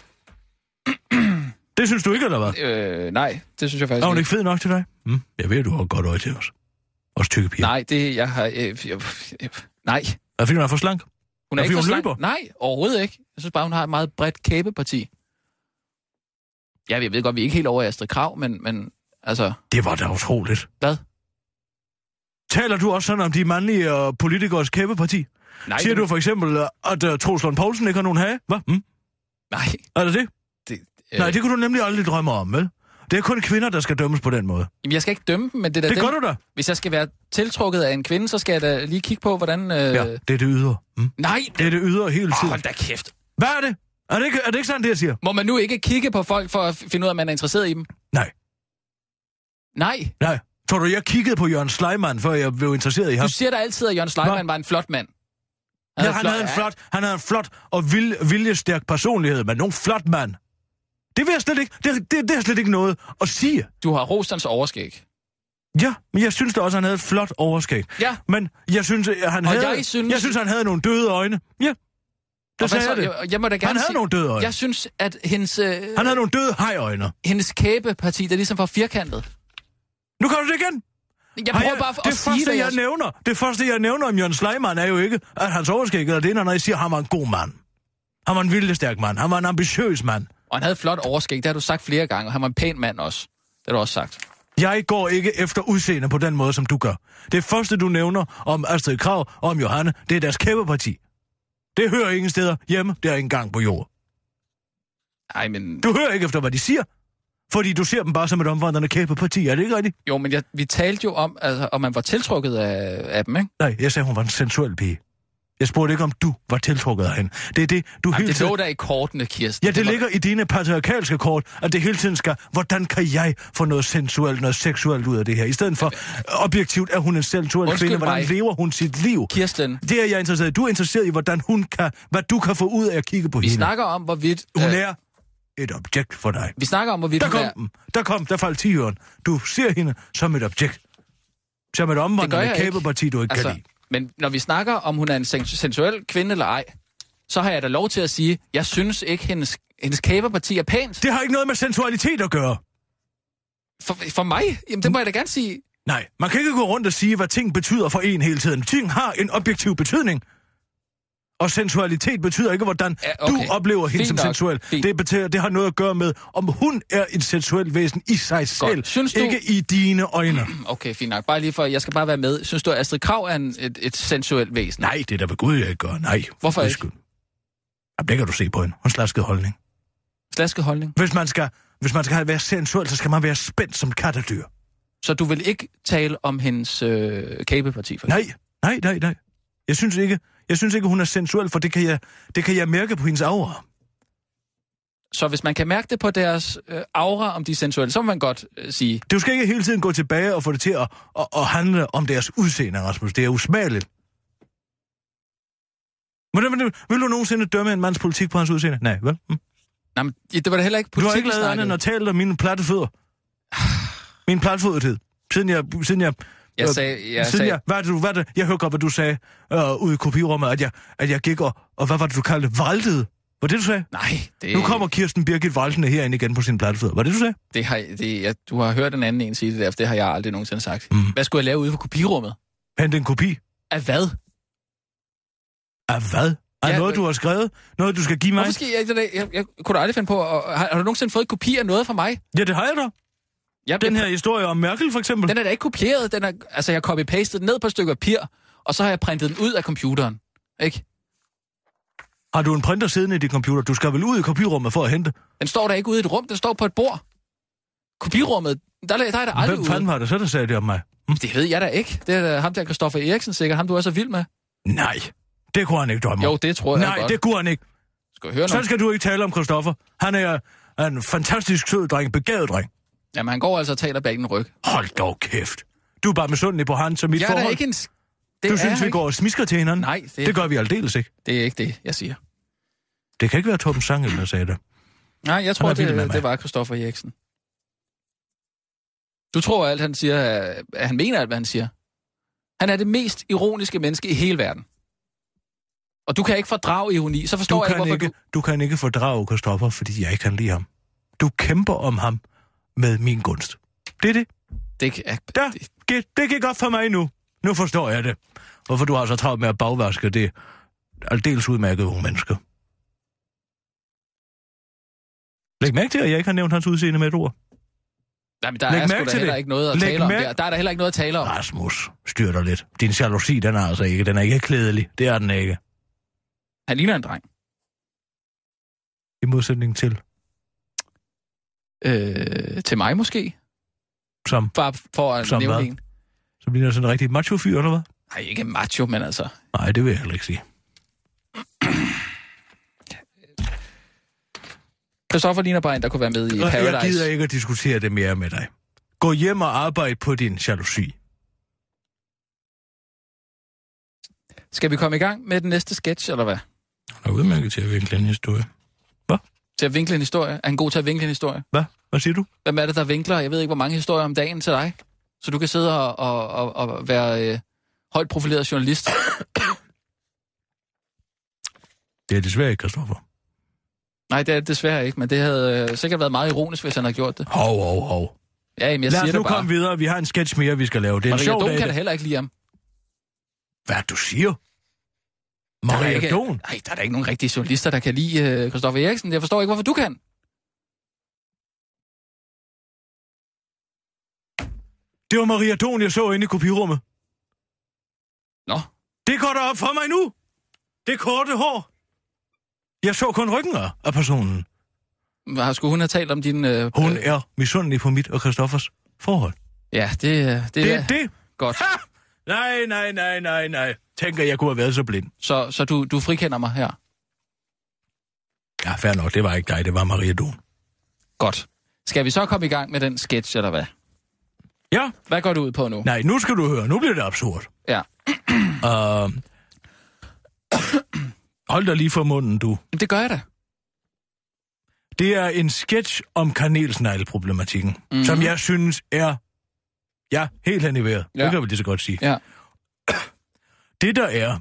Det synes du ikke, eller hvad? Øh, nej, det synes jeg faktisk ikke. Er hun ikke fed nok til dig? Mm. Jeg ved, du har godt øje til os. Også tykke piger. Nej, det jeg har... Øh, øh, øh, nej. Er det fordi, hun er for slank? Hun er, er ikke for slank? Løber? Nej, overhovedet ikke. Jeg synes bare, hun har et meget bredt kæbeparti. Ja, jeg ved godt, vi er ikke helt over Astrid Krag, men, men altså... Det var da utroligt. Hvad? Taler du også sådan om de mandlige uh, politikers kæbeparti? Nej, Siger det... du for eksempel, uh, at uh, Troels Lund Poulsen ikke har nogen hage? Hvad? Hm? Nej. Er det det? det øh... Nej, det kunne du nemlig aldrig drømme om, vel? Det er kun kvinder, der skal dømmes på den måde. Jamen, jeg skal ikke dømme dem, men det der... Det den... gør du da. Hvis jeg skal være tiltrukket af en kvinde, så skal jeg da lige kigge på, hvordan... Øh... Ja, det er det ydre. Hm? Nej! Det... det er det ydre hele tiden. Hold da kæft. Hvad er det? Er det, ikke, er det ikke sådan, det jeg siger? Må man nu ikke kigge på folk for at finde ud af, om man er interesseret i dem? Nej. Nej. Nej. Tror du, jeg kiggede på Jørgen Sleiman, før jeg blev interesseret i ham? Du siger da altid, at Jørgen Sleiman var en flot mand. Han, ja, han, flot, havde en flot, han havde en flot og vil, viljestærk personlighed, men nogen flot mand. Det vil jeg slet ikke. Det, det, det er slet ikke noget at sige. Du har rost hans overskæg. Ja, men jeg synes da også, han havde et flot overskæg. Ja. Men jeg synes, han og havde... Jeg synes... jeg synes, han havde nogle døde øjne. Ja. Det sagde jeg det. Jeg, jeg må da gerne han havde sige, nogle døde øjne. Jeg synes, at hendes... Øh, han havde nogle døde hajøjne. Hendes kæbeparti, der ligesom var firkantet. Nu kommer du det igen. Jeg prøver jeg, bare at, det at sige, første, hvad jeg, jeg nævner, det første, jeg nævner om Jørgen Sleiman, er jo ikke, at hans overskæg eller det, når jeg siger, at han var en god mand. Han var en viljestærk mand. Han var en ambitiøs mand. Og han havde flot overskæg, det har du sagt flere gange, og han var en pæn mand også. Det har du også sagt. Jeg går ikke efter udseende på den måde, som du gør. Det første, du nævner om Astrid Krag og om Johanne, det er deres kæbeparti. Det hører ingen steder hjemme, det er ikke engang på jord. Nej, men... Du hører ikke efter, hvad de siger, fordi du ser dem bare som et omvandrende kæbeparti, er det ikke rigtigt? Jo, men jeg, vi talte jo om, altså, om man var tiltrukket af, af dem, ikke? Nej, jeg sagde, hun var en sensuel pige. Jeg spurgte ikke, om du var tiltrukket af hende. Det er det, du Jamen, hele det tiden... lå der i kortene, Kirsten. Ja, det, det var... ligger i dine patriarkalske kort, at det hele tiden skal, hvordan kan jeg få noget sensuelt, noget seksuelt ud af det her? I stedet for, objektivt er hun en sensuel Undskyld kvinde, hvordan mig. lever hun sit liv? Kirsten. Det er jeg interesseret i. Du er interesseret i, hvordan hun kan, hvad du kan få ud af at kigge på vi hende. Vi snakker om, hvorvidt... Hun øh... er et objekt for dig. Vi snakker om, hvorvidt... Der kom er... den. Der kom, der faldt tiøren. Du ser hende som et objekt. Som et omvandrende kæbeparti, du ikke altså... kan lide. Men når vi snakker om, hun er en sensuel kvinde eller ej, så har jeg da lov til at sige, jeg synes ikke, hendes, hendes kæbeparti er pænt. Det har ikke noget med sensualitet at gøre. For, for mig? Jamen, det må jeg da gerne sige. Nej, man kan ikke gå rundt og sige, hvad ting betyder for en hele tiden. Ting har en objektiv betydning. Og sensualitet betyder ikke, hvordan ja, okay. du oplever hende Fint som nok. sensuel. Det, betyder, det har noget at gøre med, om hun er et sensuelt væsen i sig selv, synes du... ikke i dine øjne. Okay, fint nok. Bare lige for, jeg skal bare være med. Synes du, at Astrid Krag er en, et, et sensuelt væsen? Nej, det er da ved Gud, jeg ikke gør. Nej. Hvorfor ikke? Jamen, det kan du se på hende. Hun slaskede holdning. Slaskede holdning? Hvis man skal, hvis man skal være sensuel, så skal man være spændt som kattedyr. Så du vil ikke tale om hendes øh, kæbeparti? For nej, nej, nej, nej. Jeg synes ikke... Jeg synes ikke, hun er sensuel, for det kan jeg, det kan jeg mærke på hendes aura. Så hvis man kan mærke det på deres øh, aura, om de er sensuelle, så må man godt øh, sige... Du skal ikke hele tiden gå tilbage og få det til at, at, at handle om deres udseende, Rasmus. Det er usmageligt. Men, men, vil du nogensinde dømme en mands politik på hans udseende? Nej, vel? Hm? Nej, men det var da heller ikke politik, du har ikke lavet andet end at tale om mine platte fødder. Min platfødethed. Siden jeg... Siden jeg Jeg sagde... Jeg, sagde... Jeg, hvad er det, du, hvad er det, jeg hørte godt, hvad du sagde øh, ude i kopirummet, at jeg, at jeg gik og... Og hvad var det, du kaldte det? Valdede? Var det, du sagde? Nej, det... Nu kommer Kirsten Birgit Valdende herinde igen på sin plattefødder. Var det, du sagde? Det har, det, jeg, du har hørt en anden en sige det der, for det har jeg aldrig nogensinde sagt. Mm. Hvad skulle jeg lave ude for kopirummet? Hente en kopi. Af hvad? Af hvad? Af ja, noget, men... du har skrevet? Noget, du skal give mig? Hvorfor skal jeg ikke det? Jeg, jeg kunne da aldrig finde på... At, har, har du nogensinde fået kopi af noget fra mig? Ja, det har jeg da. Ja, den her historie om Merkel, for eksempel. Den er da ikke kopieret. Den er, altså, jeg har copy-pastet den ned på et stykke papir, og så har jeg printet den ud af computeren. Ikke? Har du en printer siddende i dit computer? Du skal vel ud i kopirummet for at hente? Den står der ikke ude i et rum, den står på et bord. Kopirummet, der, der er der aldrig Hvem fanden var det så, der sagde det om mig? Hm? Det ved jeg da ikke. Det er ham der, Christoffer Eriksen, sikkert. Ham, du er så vild med. Nej, det kunne han ikke drømme om. Jo, det tror jeg Nej, godt. det kunne han ikke. Skal høre så skal du ikke tale om Christoffer. Han er en fantastisk sød dreng, begavet dreng. Jamen, han går altså og taler bag den ryg. Hold dog kæft. Du er bare misundelig på han som mit jeg forhold. Er ikke en... Det du er synes, vi ikke. går og smisker til hinanden? Nej, det, er... det gør vi aldeles ikke. Det er ikke det, jeg siger. Det kan ikke være Torben Sangel, der sagde det. Nej, jeg tror, det, det var Christoffer Eriksen. Du tror alt, han siger, at han mener alt, hvad han siger. Han er det mest ironiske menneske i hele verden. Og du kan ikke fordrage ironi, så forstår du jeg ikke, hvorfor ikke, du... Du kan ikke fordrage Christoffer, fordi jeg ikke kan lide ham. Du kæmper om ham med min gunst. Det er det. Det, kan, Der, det, det gik godt for mig nu. Nu forstår jeg det. Hvorfor du har så travlt med at bagvaske det aldeles udmærkede unge mennesker. Læg mærke til, at jeg ikke har nævnt hans udseende med et ord. Nej, men der Læg er sgu mærke da til heller det. ikke noget at Læg tale om mær- der. Der er der heller ikke noget at tale om. Rasmus, styr dig lidt. Din jalousi, den er altså ikke. Den er ikke klædelig. Det er den ikke. Han ligner en dreng. I modsætning til? Øh, til mig måske. Som? Bare for at Som nævne hvad? en. Som ligner sådan en rigtig macho-fyr, eller hvad? Nej, ikke macho, men altså... Nej, det vil jeg heller ikke sige. Christoffer ligner bare en, der kunne være med i Paradise. Jeg gider ikke at diskutere det mere med dig. Gå hjem og arbejde på din jalousi. Skal vi komme i gang med den næste sketch, eller hvad? Jeg er udmærket til at vinkle en historie. Hvad? Til at vinkle en historie? Er han god til at vinkle en historie? Hvad? Hvad siger du? Hvem er det, der vinkler? Jeg ved ikke, hvor mange historier om dagen til dig. Så du kan sidde og, og, og, og være øh, højt profileret journalist. Det er desværre ikke, Christoffer. Nej, det er det desværre ikke, men det havde øh, sikkert været meget ironisk, hvis han havde gjort det. Hov, hov, hov. Ja, jamen, jeg Lad siger os nu det bare. komme videre. Vi har en sketch mere, vi skal lave. Det er en Maria sjov Don dag. kan da heller ikke lide ham. Hvad du siger? Der er Maria ikke, Don? nej, der er da ikke nogen rigtige journalister, der kan lide øh, Christoffer Eriksen. Jeg forstår ikke, hvorfor du kan. Det var Maria Don, jeg så inde i kopirummet. Nå. Det går der op for mig nu. Det korte hår. Jeg så kun ryggen af af personen. Hvad skulle hun have talt om din... Øh, Hun øh, er misundelig på mit og Christoffers forhold. Ja, det, det, Det er det. Godt. Ha! Nej, nej, nej, nej, nej. Tænker, jeg kunne have været så blind. Så, så du, du frikender mig her? Ja, fair nok. Det var ikke dig, det var Maria Don. Godt. Skal vi så komme i gang med den sketch, eller hvad? Ja. Hvad går du ud på nu? Nej, nu skal du høre. Nu bliver det absurd. Ja. Uh... Hold dig lige for munden, du. Det gør jeg da. Det er en sketch om kanelsnegleproblematikken, mm-hmm. som jeg synes er, ja, helt hen i vejret. Ja. Det kan vi lige så godt sige. Ja. Det der er,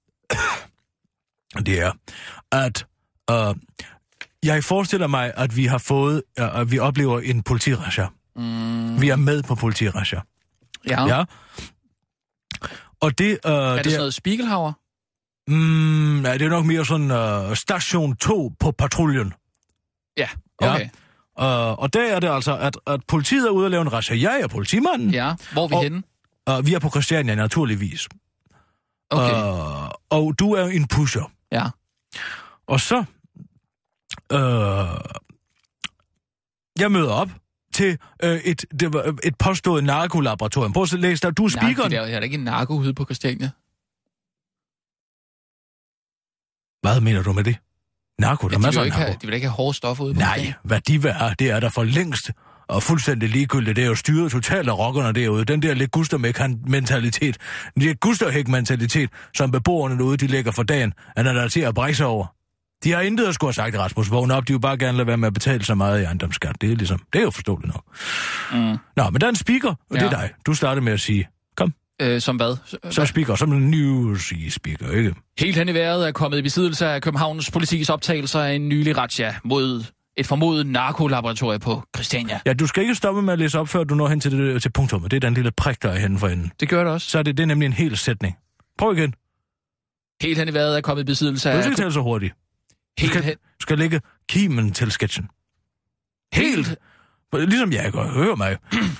det er, at uh, jeg forestiller mig, at vi har fået, uh, at vi oplever en politirasher. Mm. Vi er med på politirasher. Ja. Ja. Og det... Uh, er det, det sådan noget Spiegelhauer? Mm, ja, det er nok mere sådan uh, station to på patruljen. Ja, okay. Ja. Uh, og der er det altså, at, at politiet er ude at lave en rasher. Jeg er politimanden. Ja, hvor er vi og, henne? Uh, vi er på Christiania, naturligvis. Okay. Uh, og du er en pusher. Ja. Og så... Uh, jeg møder op til uh, et, det var et påstået narkolaboratorium. Prøv at læse der. Du er speakeren. Nej, det er da ikke en narkohude på Christiania. Hvad mener du med det? Narko, der ja, er de, masser vil af ikke narko. have, de vil ikke have hårde stoffer ude på Nej, Christiania. hvad de vil have, det er der for længst og fuldstændig ligegyldigt. Det er jo styret totalt af rockerne derude. Den der Leguster-mentalitet, Leguster-hæk-mentalitet, som beboerne derude, de lægger for dagen, er der til at brække sig over. De har intet at skulle have sagt, Rasmus. Vågn op, de vil bare gerne lade være med at betale så meget i ejendomsskat. Det er ligesom, det er jo forståeligt nok. Mm. Nå, men der er en speaker, og ja. Det er dig. Du starter med at sige, kom. Øh, som hvad? Som speaker, som en news-speaker, ikke? Helt hen i vejret er kommet i besiddelse af Københavns politis optagelser af en nylig razzia mod et formodet narkolaboratorium på Christiania. Ja, du skal ikke stoppe med at læse op, før du når hen til, det, til punktummet. Det er den lille prik, der er henne for enden. Det gør det også. Så er det, det er nemlig en hel sætning. Prøv igen. Helt hen i vejret er kommet i besiddelse af... Du skal ikke tale så hurtigt. Du skal, hen... skal lægge kimen til sketchen. Helt... Helt... Ligesom jeg kan høre mig.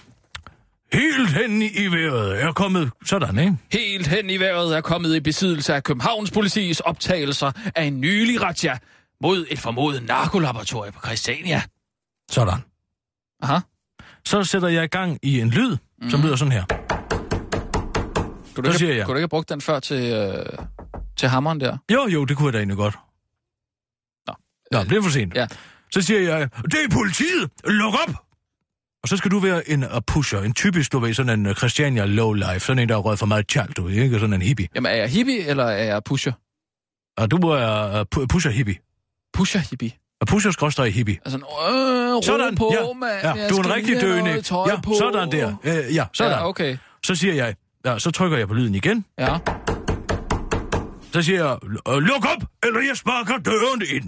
Helt hen i vejret er kommet... Sådan, ikke? Helt hen i vejret er kommet i besiddelse af Københavns politis optagelser af en nylig razzia mod et formodet narkolaboratorium på Christiania. Sådan. Aha. Så sætter jeg i gang i en lyd, mm. som lyder sådan her. Kunne du, ikke, kunne du ikke have brugt den før til, øh, til hammeren der? Jo, jo, det kunne jeg da egentlig godt. Nå, Nå det er for sent. Ja. Så siger jeg, det er politiet! Luk op! Og så skal du være en uh, pusher, en typisk, du ved, sådan en uh, Christiania lowlife, sådan en, der har røget for meget tjalt, du ved, ikke? Sådan en hippie. Jamen, er jeg hippie, eller er jeg pusher? Og du er uh, pu- pusher hippie. Pusher hippie? Og pusher skråstrej hippie. Altså, øh, sådan, på, ja, man. ja, du er en rigtig døende. Ja, sådan der. Uh, ja, sådan. Ja, okay. Så siger jeg, ja, så trykker jeg på lyden igen. Ja. Så siger jeg, luk op, eller jeg sparker døren ind.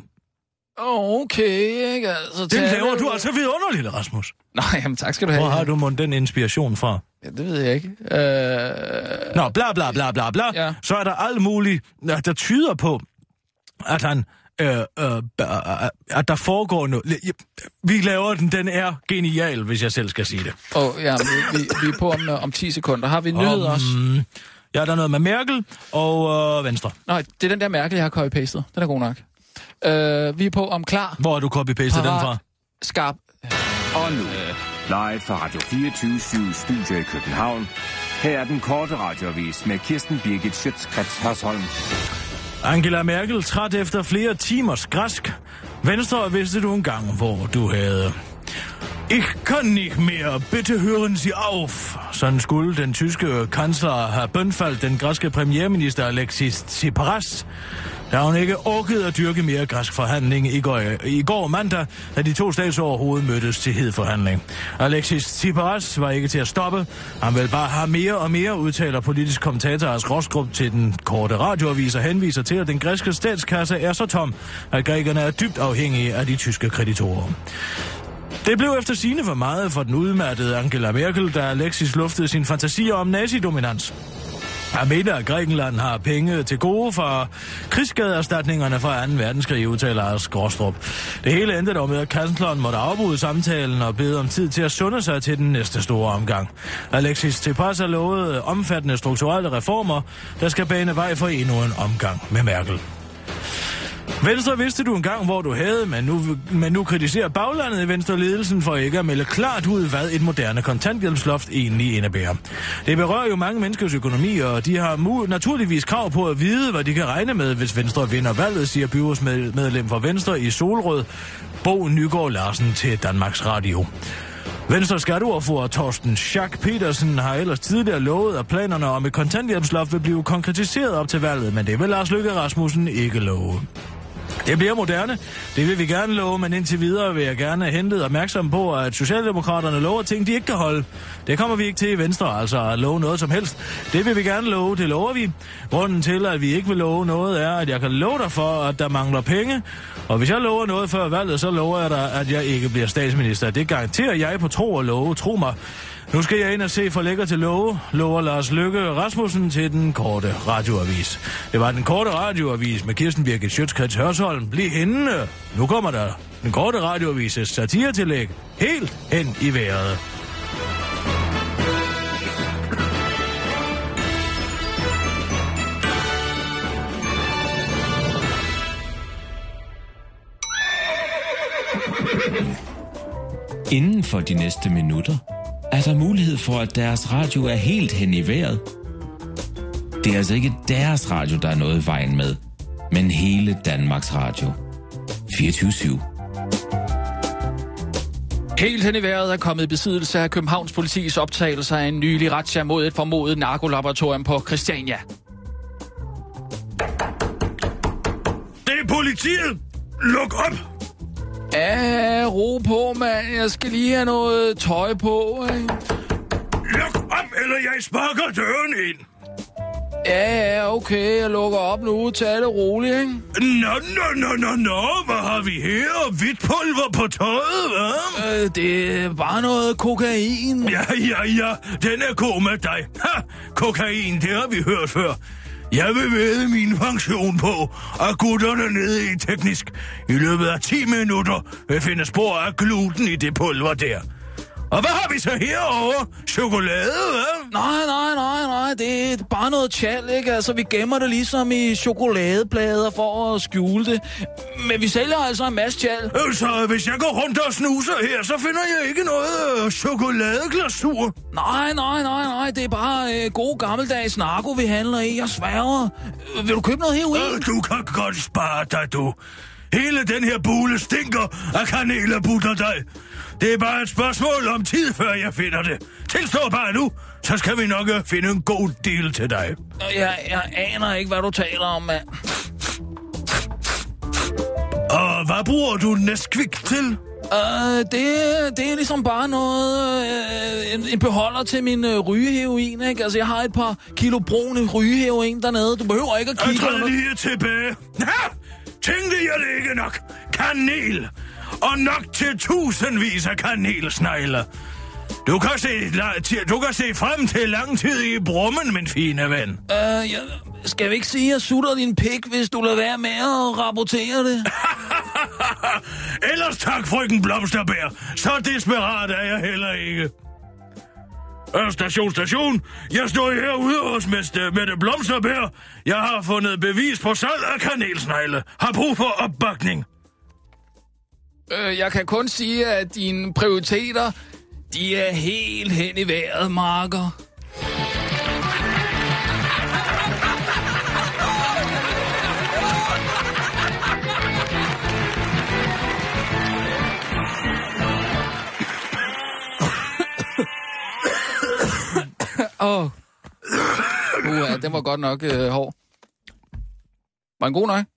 Okay, ikke? Altså, den laver du altså vidunderligt, Rasmus. Nej, jamen tak skal du have. Hvor har du mon den inspiration fra? Ja, det ved jeg ikke. Øh... Nå, bla bla bla bla bla. Ja. Så er der alt muligt, der tyder på, at han øh, øh, at der foregår noget. Vi laver den, den er genial, hvis jeg selv skal sige det. Og ja, vi, vi, vi er på om, om ti sekunder. Har vi nyhed også? Ja, der er noget med Merkel og øh, Venstre. Nej, det er den der Merkel, jeg har copy-pastet. Den er god nok. Øh, vi er på om klar. Hvor har du copy-pastet den fra? Skarp. Og nu, live fra Radio fireogtyve syv Studio i København. Her er den korte radioavis med Kirsten Birgit Schøtz-Krets Hørsholm. Angela Merkel træt efter flere timers græsk. Venstre vidste du engang, hvor du havde... Ich kann nicht mehr, bitte hören Sie auf. Sådan skulle den tyske kansler have bønfaldt den græske premierminister Alexis Tsipras, da hun ikke orkede at dyrke mere græsk forhandling i går, i går mandag, da de to statsoverhoved mødtes til hed forhandling. Alexis Tsipras var ikke til at stoppe. Han vil bare have mere og mere, udtaler politisk kommentator As Rostrup til den korte radioavis og henviser til, at den græske statskasse er så tom, at grækerne er dybt afhængige af de tyske kreditorer. Det blev efter sigende for meget for den udmattede Angela Merkel, da Alexis luftede sin fantasier om nazidominans. Han mener, at Grækenland har penge til gode for krigsskadeerstatningerne fra anden verdenskrig, udtaler As Rostrup. Det hele endte dog med, at kansleren måtte afbryde samtalen og bede om tid til at sunde sig til den næste store omgang. Alexis Tsipras har lovet omfattende strukturelle reformer, der skal bane vej for endnu en omgang med Merkel. Venstre vidste du engang, hvor du havde, men nu, men nu kritiserer baglandet i Venstre-ledelsen for ikke at melde klart ud, hvad et moderne kontanthjælpsloft egentlig indebærer. Det berører jo mange menneskers økonomi, og de har mu- naturligvis krav på at vide, hvad de kan regne med, hvis Venstre vinder valget, siger byrådsmedlem for Venstre i Solrød, Bo Nygaard Larsen til Danmarks Radio. Venstres skatteordfører Torsten Schack Petersen har ellers tidligere lovet, at planerne om et kontanthjælpsloft vil blive konkretiseret op til valget, men det vil Lars Løkke Rasmussen ikke love. Det bliver moderne. Det vil vi gerne love, men indtil videre vil jeg gerne have hentet opmærksom på, at Socialdemokraterne lover ting, de ikke kan holde. Det kommer vi ikke til i Venstre, altså at love noget som helst. Det vil vi gerne love, det lover vi. Grunden til, at vi ikke vil love noget, er, at jeg kan love dig for, at der mangler penge. Og hvis jeg lover noget før valget, så lover jeg dig, at jeg ikke bliver statsminister. Det garanterer jeg på tro og love. Tro mig. Nu skal jeg ind og se for lækker til love, lover Lars Løkke Rasmussen til den korte radioavis. Det var den korte radioavis med Kirsten Birgit Schøtz-Krets Hørsholm. Bliv henne. Nu kommer der den korte radioavis' satiretillæg helt hen i vejret. Inden for de næste minutter er der mulighed for, at deres radio er helt hen i vejret. Det er altså ikke deres radio, der er noget i vejen med, men hele Danmarks Radio. fireogtyve syv. Helt hen i vejret er kommet i besiddelse af Københavns Politis optagelser af en nylig razzia mod et formodet narkolaboratorium på Christiania. Det er politiet! Luk op! Ja, ro på, mand. Jeg skal lige have noget tøj på, ikke? Luk op, eller jeg sparker døren ind. Ja, ja, okay. Jeg lukker op nu. Tag det roligt, ikke? Nå, nå, nå, nå, nå. Hvad har vi her? Hvidt pulver på tøjet, hva'? Øh, det er bare noget kokain. Ja, ja, ja. Den er god med dig. Ha! Kokain, det har vi hørt før. Jeg vil vædde min pension på, at gutterne nede i teknisk i løbet af ti minutter vil finde spor af gluten i det pulver der. Og hvad har vi så herovre? Chokolade, hvad? Nej, nej, nej, nej. Det er bare noget tjal, ikke? Altså, vi gemmer det ligesom i chokoladeplader for at skjule det. Men vi sælger altså en masse tjal. Så hvis jeg går rundt og snuser her, så finder jeg ikke noget chokoladeglasur. Nej, nej, nej, nej. Det er bare øh, god gammeldags narko, vi handler i. Jeg sværger. Vil du købe noget heroin? Øh, du kan godt spare dig, du. Hele den her bule stinker af kanel og butterdej. Det er bare et spørgsmål om tid, før jeg finder det. Tilstå bare nu, så skal vi nok finde en god deal til dig. Jeg, jeg aner ikke, hvad du taler om, mand. Og hvad bruger du Nesquik til? Uh, det, det er ligesom bare noget, uh, en, en beholder til min uh, rygeheroin, ikke? Altså, jeg har et par kilo brune rygeheroin dernede. Du behøver ikke at kigge. Jeg træder lige tilbage. Ha! Tænkte jeg det ikke nok? Kanel! Og nok til tusindvis af kanelsnegler. Du kan se, du kan se frem til lang tid i brummen, min fine ven. Uh, jeg, skal vi ikke sige, at jeg sutter din pik, hvis du lader være med at rapportere det? Ellers tak, frøken Blomsterbær. Så desperat er jeg heller ikke. Øh, station, station. Jeg står herude hos Mette Blomsterbær. Jeg har fundet bevis på salg af kanelsnegle. Har brug for opbakning. Øh, jeg kan kun sige, at dine prioriteter, de er helt hen i vejret, Marker. Åh. Oh. Uh, ja, den var godt nok øh, hård. Var den god nok?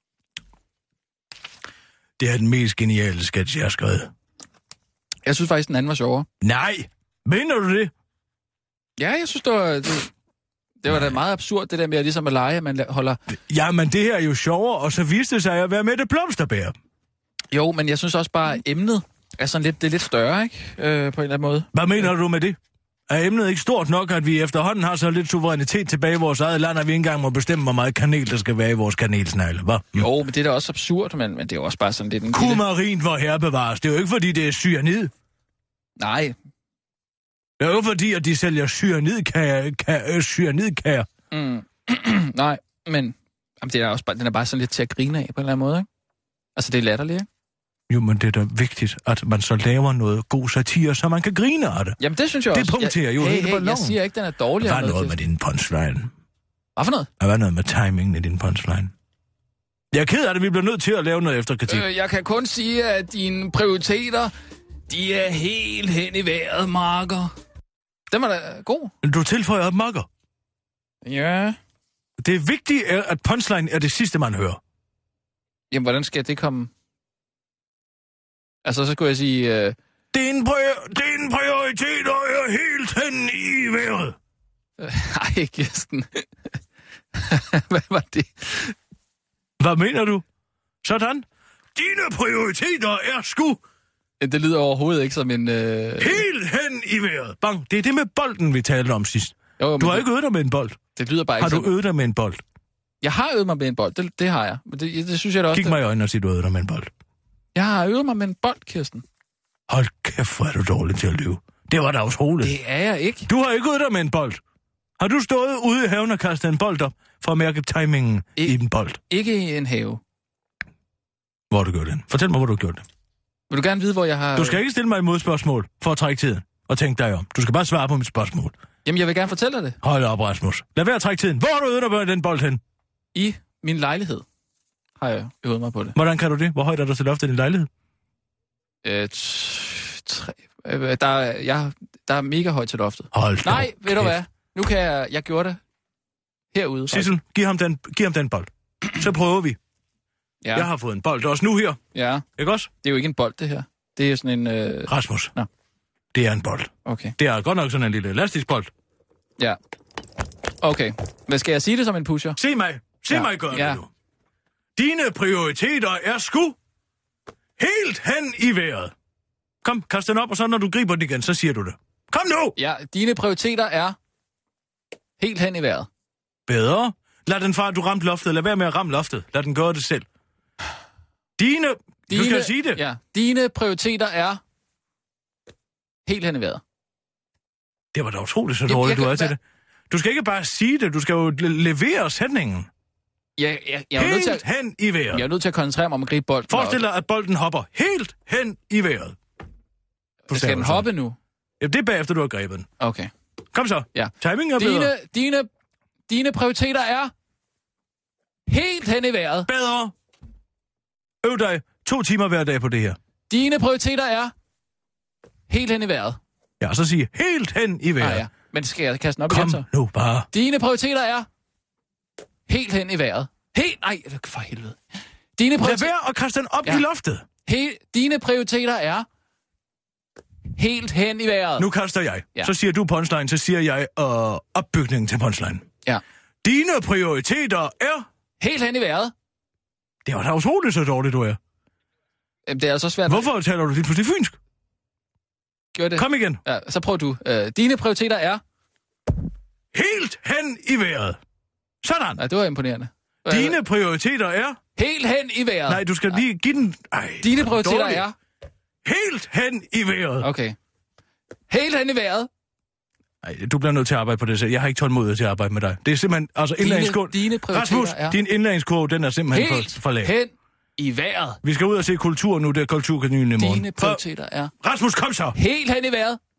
Det er den mest geniale sketch, jeg har skrevet. Jeg synes faktisk, den anden var sjovere. Nej! Mener du det? Ja, jeg synes, det var, det, det var da meget absurd, det der med at ligesom at lege, at man holder... Ja, men det her er jo sjovere, og så viste det sig at være Mette Blomsterbær. Jo, men jeg synes også bare, at emnet er sådan lidt, det er lidt større, ikke? Øh, på en eller anden måde. Hvad mener du med det? Er emnet ikke stort nok, at vi efterhånden har så lidt suverænitet tilbage i vores eget land, at vi ikke engang må bestemme, hvor meget kanel der skal være i vores kanelsnegle, hva? Mm. Jo, men det er da også absurd, men, men det er jo også bare sådan lidt en lille... Kumarin, hvor her bevares. Det er jo ikke, fordi det er cyanid. Nej. Det er jo fordi, at de sælger cyanidkager. Ka- cyanidkager. Mm. Nej, men jamen, det er også bare, den er bare sådan lidt til at grine af på en eller anden måde, ikke? Altså, det er latterligt, ikke? Jo, men det er da vigtigt, at man så laver noget god satire, så man kan grine af det. Jamen, det synes jeg det også. Det punkterer jo hey, hele hey, ballonen. Jeg siger ikke, den er dårlig. Hvad er noget med din punchline? Hvad for noget? Hvad er noget med timingen i din punchline? Jeg er ked af det, vi bliver nødt til at lave noget efterkritik. Øh, jeg kan kun sige, at dine prioriteter, de er helt hen i vejret, Marker. Den var da god. Du tilføjer makker. Ja. Det er vigtigt, at punchline er det sidste, man hører. Jamen, hvordan skal det komme... Altså, så skulle jeg sige... Øh... Din, prior- din prioriteter er helt hen i vejret. Nej, Kirsten. Hvad var det? Hvad mener du? Sådan. Dine prioriteter er sgu... Det lyder overhovedet ikke som en... Øh... Helt hen i vejret. Bang. Det er det med bolden, vi talte om sidst. Jo, jo, du har det... ikke øvet dig med en bold. Det lyder bare har ikke du som... øvet dig med en bold? Jeg har øvet mig med en bold. Det, det har jeg. Men det, det synes jeg da også... Kig mig i øjnene og sig, du har øvet dig med en bold. Jeg har øvet mig med en bold, Kirsten. Hold kæft, hvor er du dårlig til at lyve. Det var da også roligt. Det er jeg ikke. Du har ikke øvet dig med en bold. Har du stået ude i haven og kastet en bold op, for at mærke timingen I, i en bold? Ikke i en have. Hvor har du gjort den? Fortæl mig, hvor du har gjort det. Vil du gerne vide, hvor jeg har... Du skal ikke stille mig et modspørgsmål for at trække tiden og tænke dig om. Du skal bare svare på mit spørgsmål. Jamen, jeg vil gerne fortælle dig det. Hold op, Rasmus. Lad være at trække tiden. Hvor har du øvet dig med den bold hen? I min lejlighed har jeg øvet mig på det. Hvordan kan du det? Hvor højt er der til loftet i din lejlighed? Øh, tre... Øh, der, er, jeg, der er mega højt til loftet. Hold Nej, kæft. ved du hvad? Nu kan jeg... Jeg gjorde det herude. Sissel, giv ham den, giv ham den bold. Så prøver vi. Ja. Jeg har fået en bold også nu her. Ja. Ikke også? Det er jo ikke en bold, det her. Det er sådan en... Øh... Rasmus. Nå. Det er en bold. Okay. Det er godt nok sådan en lille elastisk bold. Ja. Okay. Men skal jeg sige det som en pusher? Se mig. Se ja. mig gøre ja. det nu. Dine prioriteter er sgu helt hen i vejret. Kom, kast den op, og så når du griber den igen, så siger du det. Kom nu! Ja, dine prioriteter er helt hen i vejret. Bedre. Lad den far, du ramte loftet. Lad være med at ramme loftet. Lad den gøre det selv. Dine... Dine... Du skal sige det. Ja, dine prioriteter er helt hen i vejret. Det var da utroligt så dårligt, du er til det. Du skal ikke bare sige det, du skal jo levere sætningen. Ja, ja, jeg er helt nødt til at... hen i vejret. Jeg er nødt til at koncentrere mig om at gribe bolden. Forestil dig, at bolden hopper helt hen i vejret. Skal den hoppe nu? Ja, det er bagefter, du har grebet den. Okay. Kom så. Ja. Timingen er dine, bedre. Dine, dine prioriteter er helt hen i vejret. Bedre. Øv dig to timer hver dag på det her. Dine prioriteter er helt hen i vejret. Ja, så sige helt hen i vejret. Ah, ja. Men skal jeg kaste den op Kom igen så? Kom nu bare. Dine prioriteter er helt hen i vejret. Helt... Nej, for helvede. Dine prioriteter... Lad være at kaste den op ja. i loftet. He... Dine prioriteter er helt hen i vejret. Nu kaster jeg. Ja. Så siger du punchline, så siger jeg øh, opbygningen til punchline. Ja. Dine prioriteter er... Helt hen i vejret. Det var da utroligt så dårligt, du er. Jamen, det er altså svært... Hvorfor taler du lige pludselig fynsk? Gjorde det? Kom igen. Ja, så prøv du. Øh, dine prioriteter er... Helt hen i vejret. Sådan. Nej, det var imponerende. Dine prioriteter er... Helt hen i vejret. Nej, du skal lige give den... Ej, Dine prioriteter dårligt. er... Helt hen i vejret. Okay. Helt hen i vejret. Nej, du bliver nødt til at arbejde på det selv. Jeg har ikke tålmodighed til at arbejde med dig. Det er simpelthen... Altså, indlæringskurven... Dine prioriteter Rasmus, er... din indlæringskurve, den er simpelthen Helt for, for lav. hen i vejret. Vi skal ud og se kultur nu, det er kulturkaninen i morgen. Dine prioriteter er... Rasmus, kom så! Helt hen i vejret.